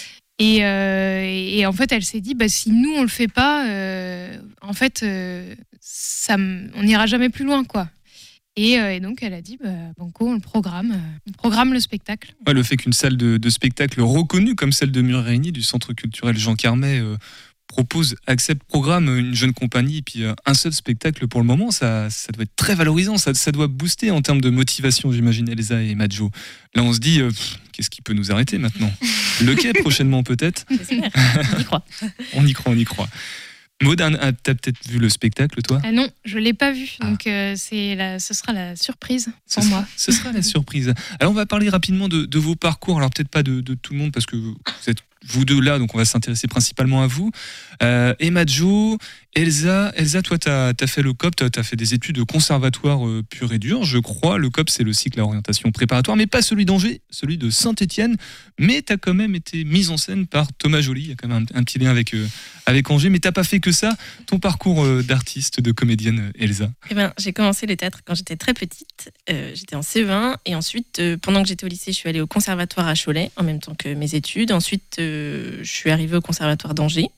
Et, euh, et en fait, elle s'est dit, bah, si nous, on le fait pas, euh, en fait, euh, ça, on n'ira jamais plus loin, quoi. Et, euh, et donc, elle a dit, bah, banco, on le programme, euh, on programme le spectacle. Ouais, le fait qu'une salle de, de spectacle reconnue comme celle de Mur-Réigny du Centre culturel Jean Carmet euh, propose, accepte, programme une jeune compagnie et puis euh, un seul spectacle pour le moment, ça, ça doit être très valorisant, ça, ça doit booster en termes de motivation, j'imagine, Elsa et Madjo. Là, on se dit, euh, pff, qu'est-ce qui peut nous arrêter maintenant? Le quai prochainement peut-être? J'espère. On y croit. On y croit, on y croit. Maud, un- un- t'as peut-être vu le spectacle, toi? Ah non, je l'ai pas vu, Ah. donc euh, c'est la, ce sera la surprise Ce pour sera, moi. ce sera la surprise. Alors, on va parler rapidement de, de vos parcours. Alors, peut-être pas de, de tout le monde, parce que vous êtes vous deux là, donc on va s'intéresser principalement à vous. Euh, Emma Jo, Elsa, Elsa, toi tu as fait le C O P, tu as fait des études de conservatoire euh, pur et dur, je crois. Le C O P c'est le cycle à orientation préparatoire, mais pas celui d'Angers, celui de Saint-Étienne. Mais tu as quand même été mise en scène par Thomas Joly, il y a quand même un, un petit lien avec, euh, avec Angers, mais tu n'as pas fait que ça. Ton parcours euh, d'artiste, de comédienne, Elsa? Eh ben, j'ai commencé le théâtre quand j'étais très petite, euh, j'étais en C E un, et ensuite, euh, pendant que j'étais au lycée, je suis allée au conservatoire à Cholet, en même temps que mes études. Ensuite, euh, je suis arrivée au conservatoire d'Angers,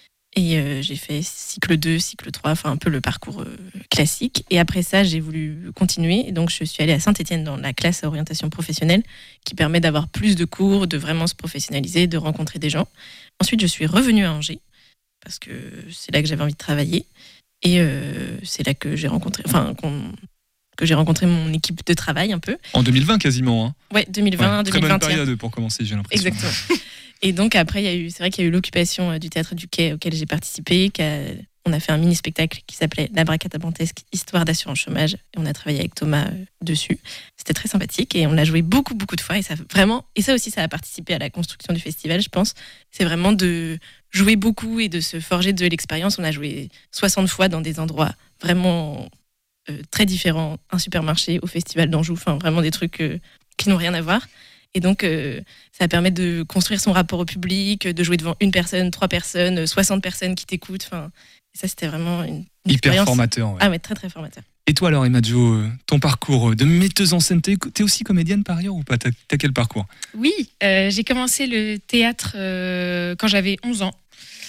et euh, j'ai fait cycle deux, cycle trois, enfin un peu le parcours euh, classique. Et après ça, j'ai voulu continuer, et donc je suis allée à Saint-Étienne dans la classe à orientation professionnelle, qui permet d'avoir plus de cours, de vraiment se professionnaliser, de rencontrer des gens. Ensuite, je suis revenue à Angers, parce que c'est là que j'avais envie de travailler, et euh, c'est là que j'ai rencontré, enfin, qu'on, que j'ai rencontré mon équipe de travail un peu. En deux mille vingt quasiment. Hein. Ouais, deux mille vingt, ouais, deux mille vingt et un. Très bonne période pour commencer, j'ai l'impression. Exactement. Et donc après, il y a eu, c'est vrai qu'il y a eu l'occupation euh, du théâtre du Quai auquel j'ai participé. Qu'a, on a fait un mini-spectacle qui s'appelait L'Abracadabantesque Histoire d'assurance chômage, et on a travaillé avec Thomas euh, dessus. C'était très sympathique et on l'a joué beaucoup, beaucoup de fois. Et ça, vraiment, et ça aussi, ça a participé à la construction du festival, je pense. C'est vraiment de jouer beaucoup et de se forger de l'expérience. On a joué soixante fois dans des endroits vraiment euh, très différents. Un supermarché, au festival d'Anjou, enfin vraiment des trucs euh, qui n'ont rien à voir. Et donc, euh, ça permet de construire son rapport au public, de jouer devant une personne, trois personnes, soixante personnes qui t'écoutent. Enfin, ça, c'était vraiment une, une hyper expérience. formateur. Ouais. Ah ouais, très très formateur. Et toi alors, Emma Jo, ton parcours de metteuse en scène, t'es, t'es aussi comédienne par ailleurs ou pas? T'as, t'as quel parcours? Oui, euh, j'ai commencé le théâtre euh, quand j'avais onze ans,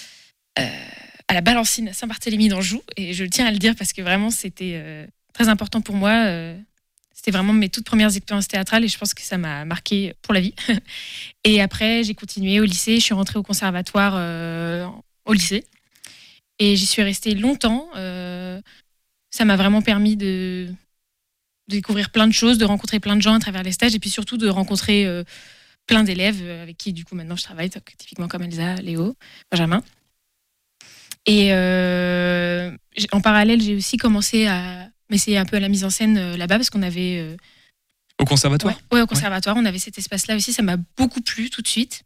euh, à la Balancine à Saint-Barthélemy d'Anjou. Et je tiens à le dire parce que vraiment, c'était euh, très important pour moi. Euh, C'était vraiment mes toutes premières expériences théâtrales et je pense que ça m'a marqué pour la vie. Et après, j'ai continué au lycée. Je suis rentrée au conservatoire euh, au lycée. Et j'y suis restée longtemps. Euh, ça m'a vraiment permis de, de découvrir plein de choses, de rencontrer plein de gens à travers les stages et puis surtout de rencontrer euh, plein d'élèves avec qui, du coup, maintenant je travaille, typiquement comme Elsa, Léo, Benjamin. Et euh, en parallèle, j'ai aussi commencé à m'essayer un peu à la mise en scène euh, là-bas parce qu'on avait... Euh... Au conservatoire? Ouais, ouais, au conservatoire, ouais. On avait cet espace-là aussi. Ça m'a beaucoup plu tout de suite.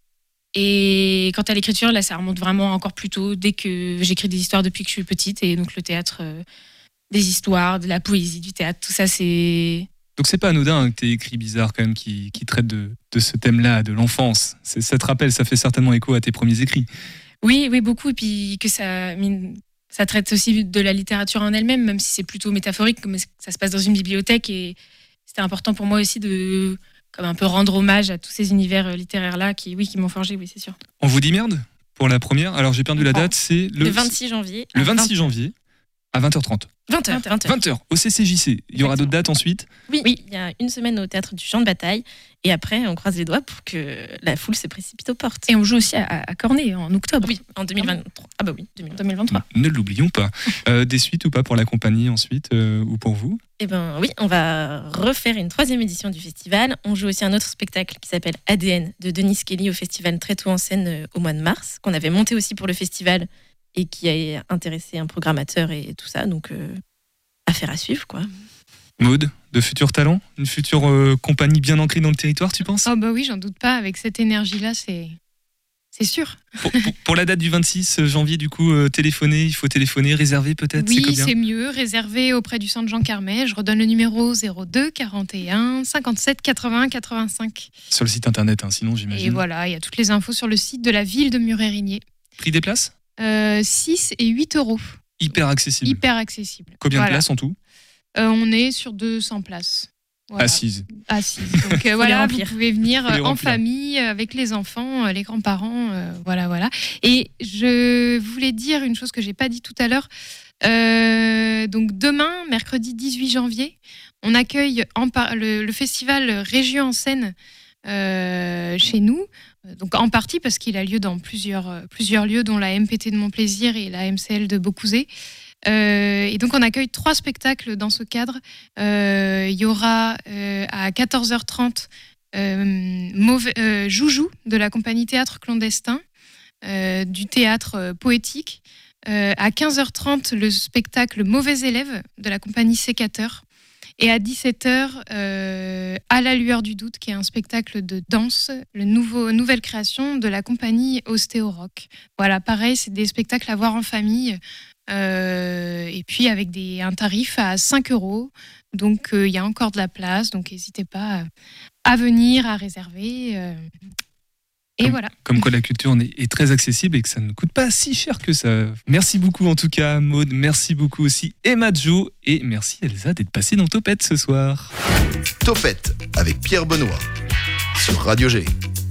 Et quant à l'écriture, là, ça remonte vraiment encore plus tôt, dès que j'écris des histoires depuis que je suis petite. Et donc le théâtre, euh, des histoires, de la poésie, du théâtre, tout ça, c'est... Donc c'est pas anodin hein, que t'aies écrit Bizarre quand même, qui, qui traite de, de ce thème-là, de l'enfance. C'est, ça te rappelle, ça fait certainement écho à tes premiers écrits. Oui, oui, beaucoup. Et puis que ça... Ça traite aussi de la littérature en elle-même, même si c'est plutôt métaphorique, comme ça se passe dans une bibliothèque. Et c'était important pour moi aussi de comme un peu rendre hommage à tous ces univers littéraires-là qui, oui, qui m'ont forgé, oui, c'est sûr. On vous dit merde pour la première? Alors j'ai perdu la date, c'est le, le vingt-six janvier. Le vingt-six janvier à vingt heures trente. vingt heures. vingt heures au C C J C. Il y aura d'autres dates ensuite? Oui, oui, il y a une semaine au théâtre du Champ de Bataille. Et après, on croise les doigts pour que la foule se précipite aux portes. Et on joue aussi à, à Cornet en octobre. Oui, en deux mille vingt-trois. Ah bah oui, deux mille vingt-trois. Ne l'oublions pas. Euh, des suites ou pas pour la compagnie ensuite euh, ou pour vous? Eh ben oui, on va refaire une troisième édition du festival. On joue aussi un autre spectacle qui s'appelle A D N de Denis Kelly au festival Tréteaux en scène euh, au mois de mars, qu'on avait monté aussi pour le festival et qui a intéressé un programmateur et tout ça. Donc, euh, affaire à suivre, quoi. Maud, de futurs talents? Une future euh, compagnie bien ancrée dans le territoire, tu penses? Oh bah oui, j'en doute pas. Avec cette énergie-là, c'est, c'est sûr. Pour, pour, pour la date du vingt-six janvier, du coup, euh, téléphoner, il faut téléphoner, réserver peut-être? Oui, c'est, c'est mieux. Réserver auprès du centre Jean Carmet. Je redonne le numéro zéro deux quarante et un cinquante-sept quatre-vingts quatre-vingt-cinq. Sur le site internet, hein, sinon j'imagine. Et voilà, il y a toutes les infos sur le site de la ville de Muret-Rigné. Prix des places? euh, six et huit euros. Hyper accessible. Hyper accessible. Combien voilà. de places en tout? euh, On est sur deux cents places. Voilà. Assises. Assises. Donc euh, voilà, vous pouvez venir Faut les en remplir. famille, avec les enfants, euh, les grands-parents. Euh, voilà, voilà. Et je voulais dire une chose que j'ai pas dit tout à l'heure. Euh, donc demain, mercredi dix-huit janvier, on accueille en par- le, le festival Région en scène euh, chez nous. Donc en partie parce qu'il a lieu dans plusieurs, plusieurs lieux, dont la M P T de Montplaisir et la M C L de Beaucouzé. Euh, et donc on accueille trois spectacles dans ce cadre. Euh, il y aura euh, à quatorze heures trente euh, mauvais, euh, Joujou de la compagnie Théâtre Clandestin, euh, du théâtre euh, poétique. Euh, à quinze heures trente, le spectacle Mauvais élève de la compagnie Sécateur. Et à dix-sept heures, euh, À la lueur du doute, qui est un spectacle de danse, le nouveau, nouvelle création de la compagnie Ostéo-Rock. Voilà, pareil, c'est des spectacles à voir en famille, euh, et puis avec des, un tarif à cinq euros. Donc, il euh, y a encore de la place, donc n'hésitez pas à, à venir, à réserver. Euh, et comme, voilà. Comme quoi la culture est, est très accessible et que ça ne coûte pas si cher que ça. Merci beaucoup en tout cas Maud, merci beaucoup aussi Emma Jo et merci Elsa d'être passée dans Topette ce soir. Topette avec Pierre Benoît sur Radio G.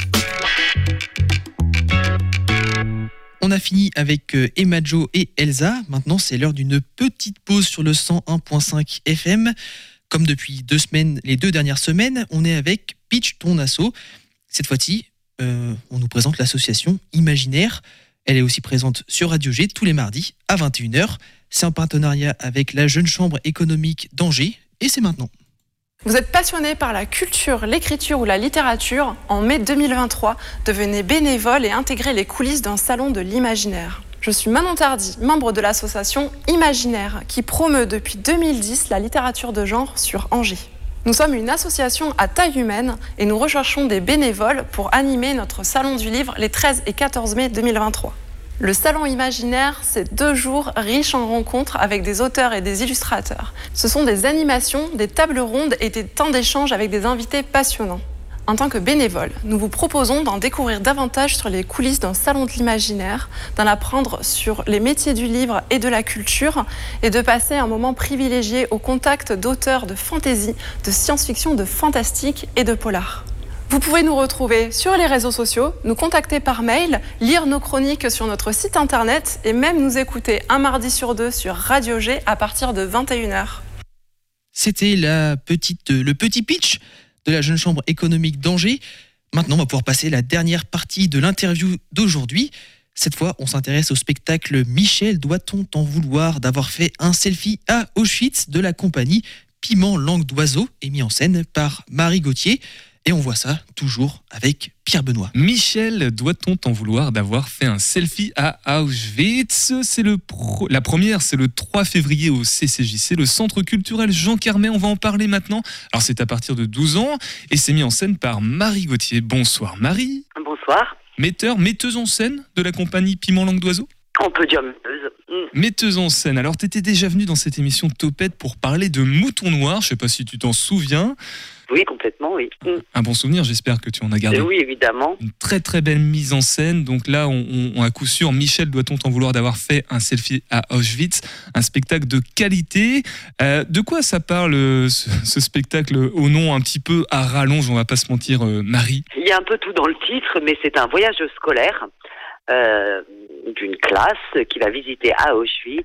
On a fini avec Emma Jo et Elsa. Maintenant, c'est l'heure d'une petite pause sur le cent un virgule cinq F M. Comme depuis deux semaines, les deux dernières semaines, on est avec Pitch ton asso. Cette fois-ci, euh, on nous présente l'association Imaginaire. Elle est aussi présente sur Radio G tous les mardis à vingt et une heures. C'est en partenariat avec la Jeune Chambre économique d'Angers. Et c'est maintenant. Vous êtes passionné par la culture, l'écriture ou la littérature? En mai deux mille vingt-trois, devenez bénévole et intégrez les coulisses d'un salon de l'imaginaire. Je suis Manon Tardy, membre de l'association Imaginaire, qui promeut depuis deux mille dix la littérature de genre sur Angers. Nous sommes une association à taille humaine et nous recherchons des bénévoles pour animer notre salon du livre les treize et quatorze mai deux mille vingt-trois. Le Salon Imaginaire, c'est deux jours riches en rencontres avec des auteurs et des illustrateurs. Ce sont des animations, des tables rondes et des temps d'échange avec des invités passionnants. En tant que bénévole, nous vous proposons d'en découvrir davantage sur les coulisses d'un salon de l'imaginaire, d'en apprendre sur les métiers du livre et de la culture et de passer un moment privilégié au contact d'auteurs de fantasy, de science-fiction, de fantastique et de polar. Vous pouvez nous retrouver sur les réseaux sociaux, nous contacter par mail, lire nos chroniques sur notre site internet et même nous écouter un mardi sur deux sur Radio G à partir de vingt et une heures. C'était la petite, le petit pitch de la Jeune Chambre économique d'Angers. Maintenant, on va pouvoir passer la dernière partie de l'interview d'aujourd'hui. Cette fois, on s'intéresse au spectacle Michel, doit-on t'en vouloir d'avoir fait un selfie à Auschwitz de la compagnie Piment Langue d'Oiseau, et mis en scène par Marie Gauthier. Et on voit ça toujours avec Pierre Benoît. Michel, doit-on t'en vouloir d'avoir fait un selfie à Auschwitz? C'est le pro... La première, c'est le trois février au C C J C, le Centre culturel Jean Carmet. On va en parler maintenant. Alors c'est à partir de douze ans et c'est mis en scène par Marie Gauthier. Bonsoir Marie. Bonsoir. Metteur, metteuse en scène de la compagnie Piment Langue d'Oiseau? On peut dire metteuse. Mm. Metteuse en scène. Alors tu étais déjà venue dans cette émission Topette pour parler de Mouton Noir. Je ne sais pas si tu t'en souviens. Oui, complètement, oui. Mm. Un bon souvenir, j'espère que tu en as gardé. Oui, évidemment. Une très très belle mise en scène. Donc là, on, on, on à coup sûr, Michel, doit-on t'en vouloir d'avoir fait un selfie à Auschwitz, un spectacle de qualité. Euh, de quoi ça parle, ce, ce spectacle au nom un petit peu à rallonge, on va pas se mentir, euh, Marie? Il y a un peu tout dans le titre, mais c'est un voyage scolaire euh, d'une classe qui va visiter à Auschwitz.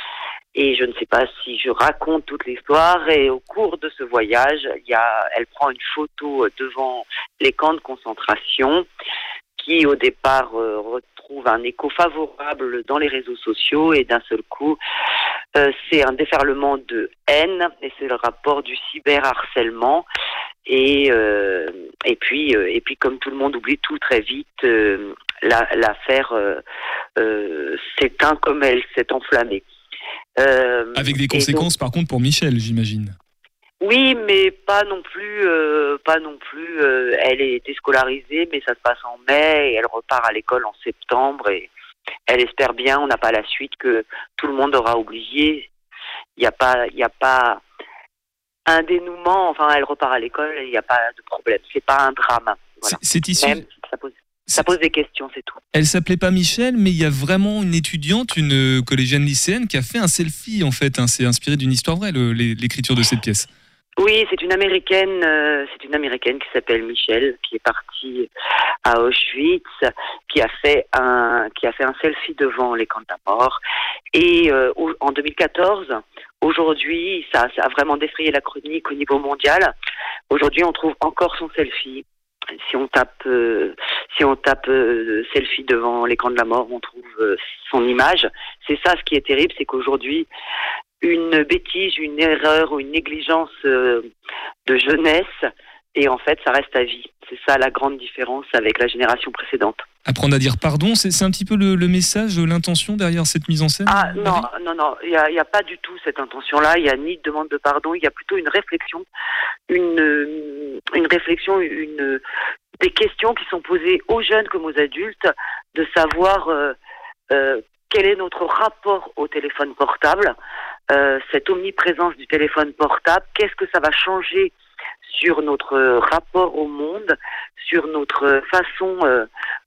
Et je ne sais pas si je raconte toute l'histoire. Et au cours de ce voyage, il y a, elle prend une photo devant les camps de concentration qui, au départ, euh, retrouve un écho favorable dans les réseaux sociaux. Et d'un seul coup, euh, c'est un déferlement de haine. Et c'est le rapport du cyberharcèlement. Et, euh, et, puis, euh, et puis, comme tout le monde oublie tout très vite, euh, la, l'affaire euh, euh, s'éteint comme elle s'est enflammée. Euh, Avec des conséquences donc, par contre pour Michel, j'imagine. Oui, mais pas non plus. Euh, pas non plus. Euh, elle est déscolarisée, mais ça se passe en mai et elle repart à l'école en septembre. Et elle espère bien, on n'a pas la suite, que tout le monde aura oublié. Il n'y a pas, il y a pas un dénouement. Enfin, elle repart à l'école et il n'y a pas de problème. C'est pas un drame. Voilà. C'est, c'est issu. Même, ça pose... Ça pose des questions, c'est tout. Elle s'appelait pas Michel, mais il y a vraiment une étudiante, une collégienne lycéenne, qui a fait un selfie, en fait. Hein. C'est inspiré d'une histoire vraie, le, l'écriture de cette pièce. Oui, c'est une américaine, euh, c'est une américaine qui s'appelle Michel, qui est partie à Auschwitz, qui a fait un, qui a fait un selfie devant les camps de la mort. Et euh, en deux mille quatorze, aujourd'hui, ça, ça a vraiment défrayé la chronique au niveau mondial. Aujourd'hui, on trouve encore son selfie. Si on tape, euh, si on tape euh, selfie devant l'écran de la mort, on trouve euh, son image. C'est ça, ce qui est terrible, c'est qu'aujourd'hui, une bêtise, une erreur ou une négligence euh, de jeunesse et en fait, ça reste à vie. C'est ça la grande différence avec la génération précédente. Apprendre à dire pardon, c'est, c'est un petit peu le, le message, l'intention derrière cette mise en scène. Ah Marie non, non, non, il n'y a, y a pas du tout cette intention-là, il n'y a ni de demande de pardon, il y a plutôt une réflexion, une, une réflexion, une, des questions qui sont posées aux jeunes comme aux adultes, de savoir euh, euh, quel est notre rapport au téléphone portable, euh, cette omniprésence du téléphone portable, qu'est-ce que ça va changer sur notre rapport au monde, sur notre façon euh,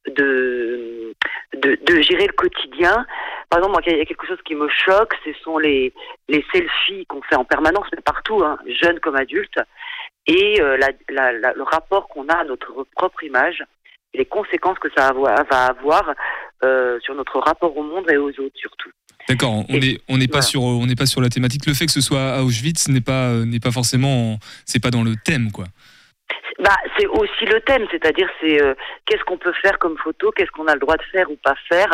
de, de de gérer le quotidien. Par exemple, moi, il y a quelque chose qui me choque, ce sont les les selfies qu'on fait en permanence, mais partout, hein, jeunes comme adultes, et euh, la, la, la, le rapport qu'on a à notre propre image, et les conséquences que ça va avoir euh, sur notre rapport au monde et aux autres surtout. D'accord, on n'est on n'est pas voilà. sur on n'est pas sur la thématique. Le fait que ce soit à Auschwitz n'est pas n'est pas forcément c'est pas dans le thème, quoi. Bah, c'est aussi le thème, c'est-à-dire c'est euh, qu'est-ce qu'on peut faire comme photo, qu'est-ce qu'on a le droit de faire ou pas faire,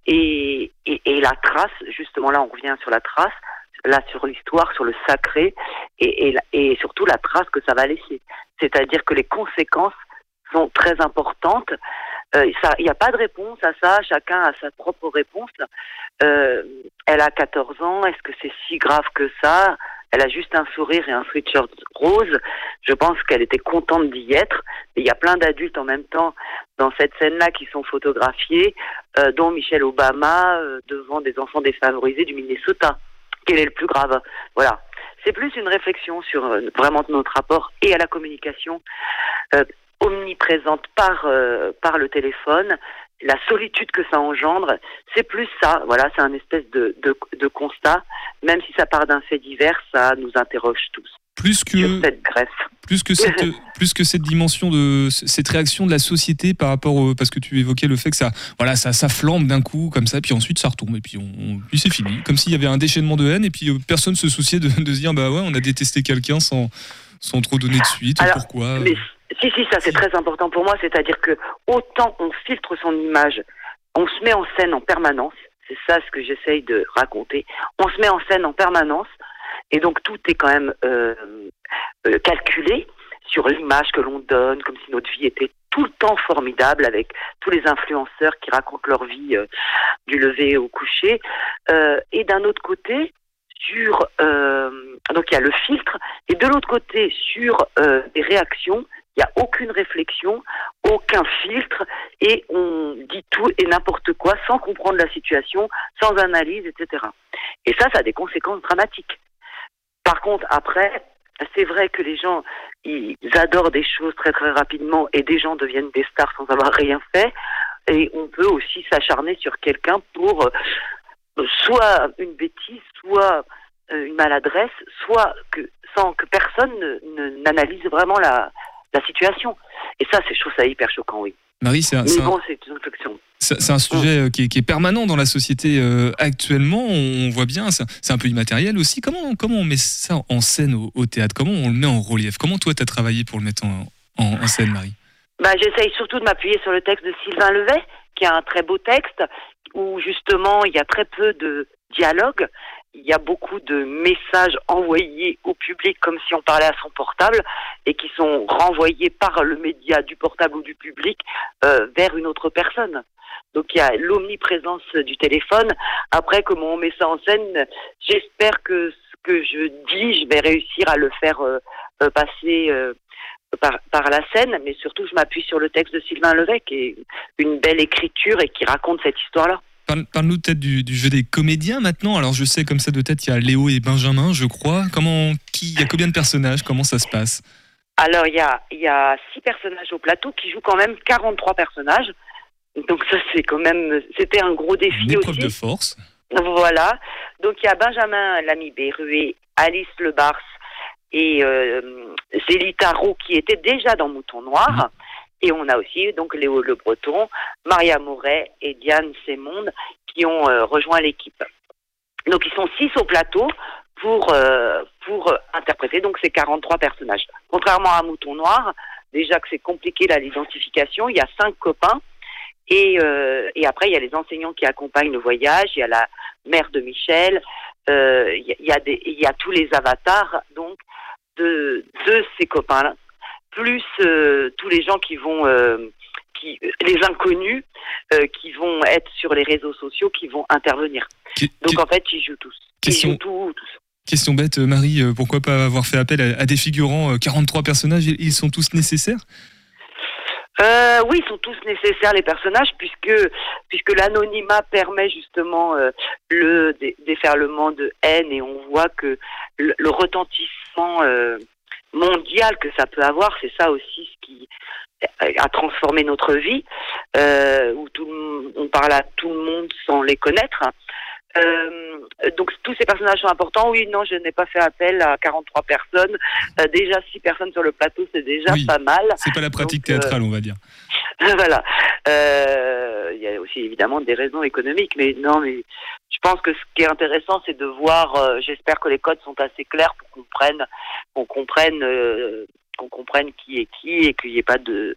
et, et, et la trace, justement là on revient sur la trace, là sur l'histoire, sur le sacré, et, et, et surtout la trace que ça va laisser. C'est-à-dire que les conséquences sont très importantes. Il euh, n'y a pas de réponse à ça, chacun a sa propre réponse. Euh, elle a quatorze ans, est-ce que c'est si grave que ça ? Elle a juste un sourire et un sweatshirt rose. Je pense qu'elle était contente d'y être. Il y a plein d'adultes en même temps dans cette scène-là qui sont photographiés, euh, dont Michelle Obama euh, devant des enfants défavorisés du Minnesota. Quel est le plus grave ? Voilà. C'est plus une réflexion sur euh, vraiment notre rapport et à la communication euh, omniprésente par euh, par le téléphone, la solitude que ça engendre, c'est plus ça. Voilà, c'est un espèce de, de, de constat. Même si ça part d'un fait divers, ça nous interroge tous. Plus que sur cette greffe. Plus que cette plus que cette dimension de cette réaction de la société par rapport au, parce que tu évoquais le fait que ça voilà ça ça flambe d'un coup comme ça puis ensuite ça retombe et puis on, on puis c'est fini comme s'il y avait un déchaînement de haine et puis personne se souciait de, de se dire bah ouais on a détesté quelqu'un sans sans trop donner de suite. Alors, pourquoi mais, Si, si, ça c'est très important pour moi, c'est-à-dire que autant on filtre son image, on se met en scène en permanence, c'est ça ce que j'essaye de raconter, on se met en scène en permanence, et donc tout est quand même euh, euh, calculé sur l'image que l'on donne, comme si notre vie était tout le temps formidable, avec tous les influenceurs qui racontent leur vie euh, du lever au coucher, euh, et d'un autre côté, sur euh, donc il y a le filtre, et de l'autre côté, sur euh, des réactions, il n'y a aucune réflexion, aucun filtre, et on dit tout et n'importe quoi sans comprendre la situation, sans analyse, et cetera. Et ça, ça a des conséquences dramatiques. Par contre, après, c'est vrai que les gens, ils adorent des choses très très rapidement, et des gens deviennent des stars sans avoir rien fait, et on peut aussi s'acharner sur quelqu'un pour euh, soit une bêtise, soit euh, une maladresse, soit que sans que personne ne, ne, n'analyse vraiment la la situation. Et ça, c'est, je trouve ça hyper choquant, oui. Marie, c'est un, Mais c'est bon, un, c'est une réflexion. C'est, c'est un sujet mmh. qui, est, qui est permanent dans la société euh, actuellement. On voit bien, c'est, c'est un peu immatériel aussi. Comment, comment on met ça en scène au, au théâtre ? Comment on le met en relief ? Comment toi, tu as travaillé pour le mettre en, en, en scène, Marie ? Bah, j'essaye surtout de m'appuyer sur le texte de Sylvain Levet, qui a un très beau texte, où justement, il y a très peu de dialogue. Il y a beaucoup de messages envoyés au public comme si on parlait à son portable et qui sont renvoyés par le média du portable ou du public euh, vers une autre personne. Donc il y a l'omniprésence du téléphone. Après, comment on met ça en scène, j'espère que ce que je dis, je vais réussir à le faire euh, euh, passer euh, par, par la scène, mais surtout je m'appuie sur le texte de Sylvain Levet, qui est une belle écriture et qui raconte cette histoire-là. Parle-nous peut-être du, du jeu des comédiens maintenant. Alors je sais comme ça de tête, il y a Léo et Benjamin, je crois. Comment, qui, il y a combien de personnages ? Comment ça se passe ? Alors il y a, il y a six personnages au plateau qui jouent quand même quarante-trois personnages. Donc ça c'est quand même, c'était un gros défi Une épreuve aussi. de force. Voilà. Donc il y a Benjamin Lamy Berruet, Alice Lebars et euh, Zélie Tarot qui étaient déjà dans Mouton Noir. Mmh. Et on a aussi donc Léo Le Breton, Maria Moret et Diane Semonde qui ont euh, rejoint l'équipe. Donc ils sont six au plateau pour euh, pour interpréter donc ces quarante-trois personnages. Contrairement à Mouton Noir, déjà que c'est compliqué là, l'identification, il y a cinq copains et euh, et après il y a les enseignants qui accompagnent le voyage, il y a la mère de Michel, euh, il y a, il y a des il y a tous les avatars donc de de ces copains-là. plus euh, tous les gens qui vont, euh, qui, les inconnus, euh, qui vont être sur les réseaux sociaux, qui vont intervenir. Qu- Donc qu- en fait, ils jouent tous. Question... Ils jouent tout, tous. Question bête, Marie, pourquoi pas avoir fait appel à, à des figurants, quarante-trois personnages, ils sont tous nécessaires ? Euh, oui, ils sont tous nécessaires, les personnages, puisque puisque l'anonymat permet justement euh, le dé- déferlement de haine, et on voit que le, le retentissement euh, mondial que ça peut avoir, c'est ça aussi ce qui a transformé notre vie, euh, où tout le, on parle à tout le monde sans les connaître. Euh, donc tous ces personnages sont importants. Oui, non, je n'ai pas fait appel à quarante-trois personnes. Euh, déjà six personnes sur le plateau, c'est déjà oui, pas mal. C'est pas la pratique donc, théâtrale, euh, on va dire. Voilà. Euh, il y a aussi évidemment des raisons économiques, mais non, mais je pense que ce qui est intéressant, c'est de voir. Euh, j'espère que les codes sont assez clairs pour qu'on prenne, qu'on comprenne, euh, qu'on comprenne qui est qui et qu'il n'y ait pas de,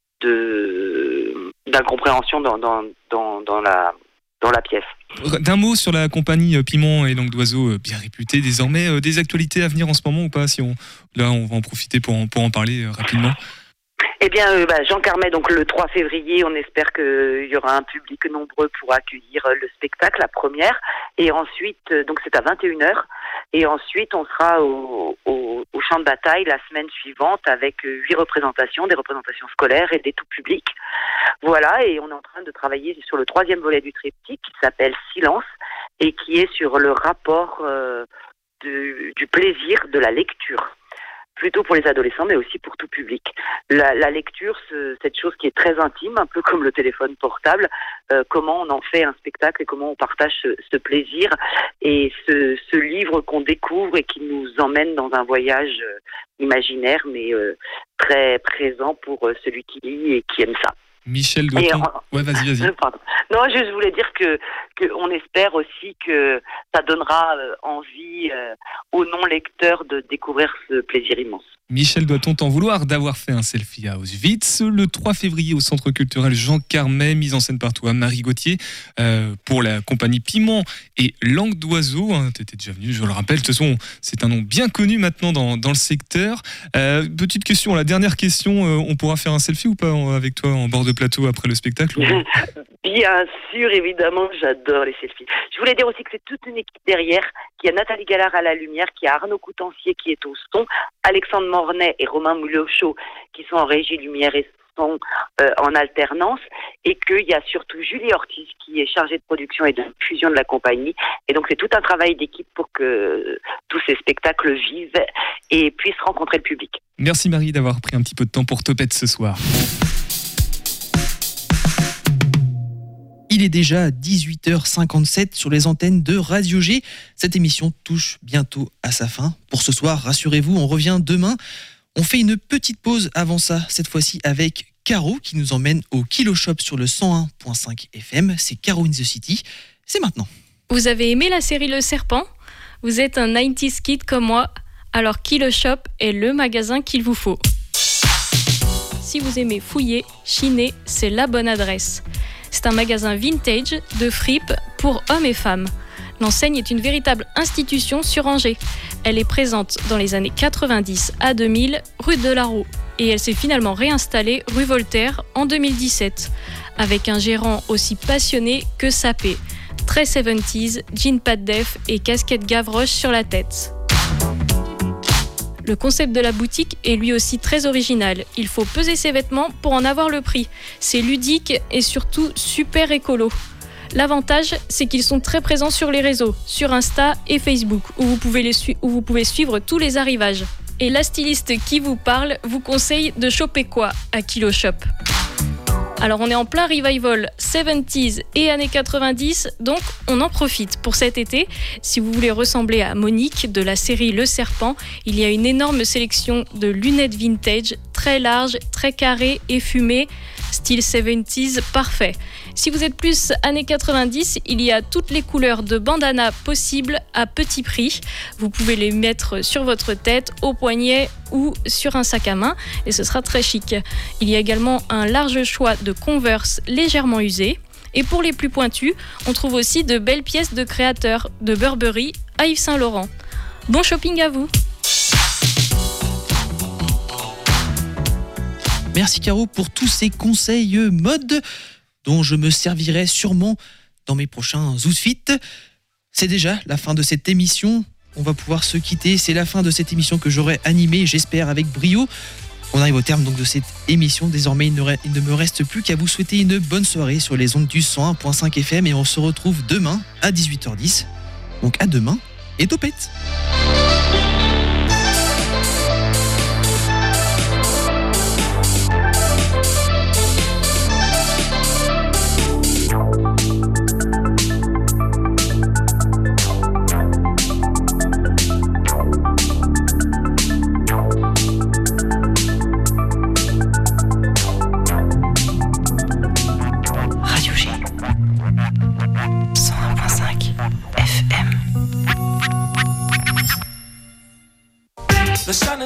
de d'incompréhension dans dans dans, dans la dans la pièce. D'un mot sur la compagnie Piment et Langue d'Oiseau, bien réputée désormais, des actualités à venir en ce moment ou pas, si on, là on va en profiter pour en, pour en parler rapidement. Eh bien, euh, bah, Jean Carmet, donc le trois février, on espère qu'il y aura un public nombreux pour accueillir le spectacle, la première, et ensuite, euh, donc c'est à vingt et une heures, et ensuite on sera au, au, au champ de bataille la semaine suivante avec huit représentations, des représentations scolaires et des tout publics. Voilà, et on est en train de travailler sur le troisième volet du triptyque qui s'appelle Silence et qui est sur le rapport euh, du, du plaisir de la lecture. Plutôt pour les adolescents, mais aussi pour tout public. La, la lecture, ce, cette chose qui est très intime, un peu comme le téléphone portable, euh, comment on en fait un spectacle et comment on partage ce, ce plaisir et ce, ce livre qu'on découvre et qui nous emmène dans un voyage euh, imaginaire, mais euh, très présent pour euh, celui qui lit et qui aime ça. Michel Doiton. En... Ouais, vas-y, vas-y. Pardon. Non, je voulais dire que, que on espère aussi que ça donnera euh, envie euh, aux non-lecteurs de découvrir ce plaisir immense. Michel doit-on t'en vouloir d'avoir fait un selfie à Auschwitz le trois février au Centre culturel Jean Carmet, mise en scène par toi, Marie Gauthier, euh, pour la compagnie Piment et Langue d'Oiseau. Hein, tu étais déjà venu, je le rappelle. De toute façon, c'est un nom bien connu maintenant dans, dans le secteur. Euh, petite question, la dernière question, euh, on pourra faire un selfie ou pas avec toi en bord de plateau après le spectacle? Bien sûr, évidemment, j'adore les selfies. Je voulais dire aussi que c'est toute une équipe derrière, qui a Nathalie Gallard à la lumière, qui a Arnaud Coutancier qui est au son, Alexandre Mornay et Romain Moulochot qui sont en régie lumière et son euh, en alternance, et qu'il y a surtout Julie Ortiz qui est chargée de production et de diffusion de la compagnie. Et donc c'est tout un travail d'équipe pour que tous ces spectacles vivent et puissent rencontrer le public. Merci Marie d'avoir pris un petit peu de temps pour Topette ce soir. Il est déjà dix-huit heures cinquante-sept sur les antennes de Radio G. Cette émission touche bientôt à sa fin. Pour ce soir, rassurez-vous, on revient demain. On fait une petite pause avant ça, cette fois-ci avec Caro qui nous emmène au Kilo Shop sur le cent un virgule cinq F M. C'est Caro in the City. C'est maintenant. Vous avez aimé la série Le Serpent ? Vous êtes un nineties kid comme moi, alors Kilo Shop est le magasin qu'il vous faut. Si vous aimez fouiller, chiner, c'est la bonne adresse. C'est un magasin vintage de fripes pour hommes et femmes. L'enseigne est une véritable institution sur Angers. Elle est présente dans les années quatre-vingt-dix à deux mille, rue de la Roue. Et elle s'est finalement réinstallée rue Voltaire en deux mille dix-sept, avec un gérant aussi passionné que sapé. Très soixante-dix, jean pas de def et casquette Gavroche sur la tête. Le concept de la boutique est lui aussi très original. Il faut peser ses vêtements pour en avoir le prix. C'est ludique et surtout super écolo. L'avantage, c'est qu'ils sont très présents sur les réseaux, sur Insta et Facebook, où vous pouvez, les su- où vous pouvez suivre tous les arrivages. Et la styliste qui vous parle vous conseille de choper quoi à Kilo Shop ? Alors on est en plein revival soixante-dix et années quatre-vingt-dix, donc on en profite pour cet été. Si vous voulez ressembler à Monique de la série Le Serpent, il y a une énorme sélection de lunettes vintage, très larges, très carrées et fumées, style soixante-dix parfait. Si vous êtes plus années quatre-vingt-dix, il y a toutes les couleurs de bandanas possibles à petit prix. Vous pouvez les mettre sur votre tête, au poignet ou sur un sac à main et ce sera très chic. Il y a également un large choix de Converse légèrement usés. Et pour les plus pointus, on trouve aussi de belles pièces de créateurs, de Burberry à Yves Saint Laurent. Bon shopping à vous! Merci Caro pour tous ces conseils mode dont je me servirai sûrement dans mes prochains outfits. C'est déjà la fin de cette émission. On va pouvoir se quitter. C'est la fin de cette émission que j'aurai animée, j'espère, avec brio. On arrive au terme donc de cette émission. Désormais, il ne, re- il ne me reste plus qu'à vous souhaiter une bonne soirée sur les ondes du cent un virgule cinq F M et on se retrouve demain à dix-huit heures dix. Donc à demain et topette. The sun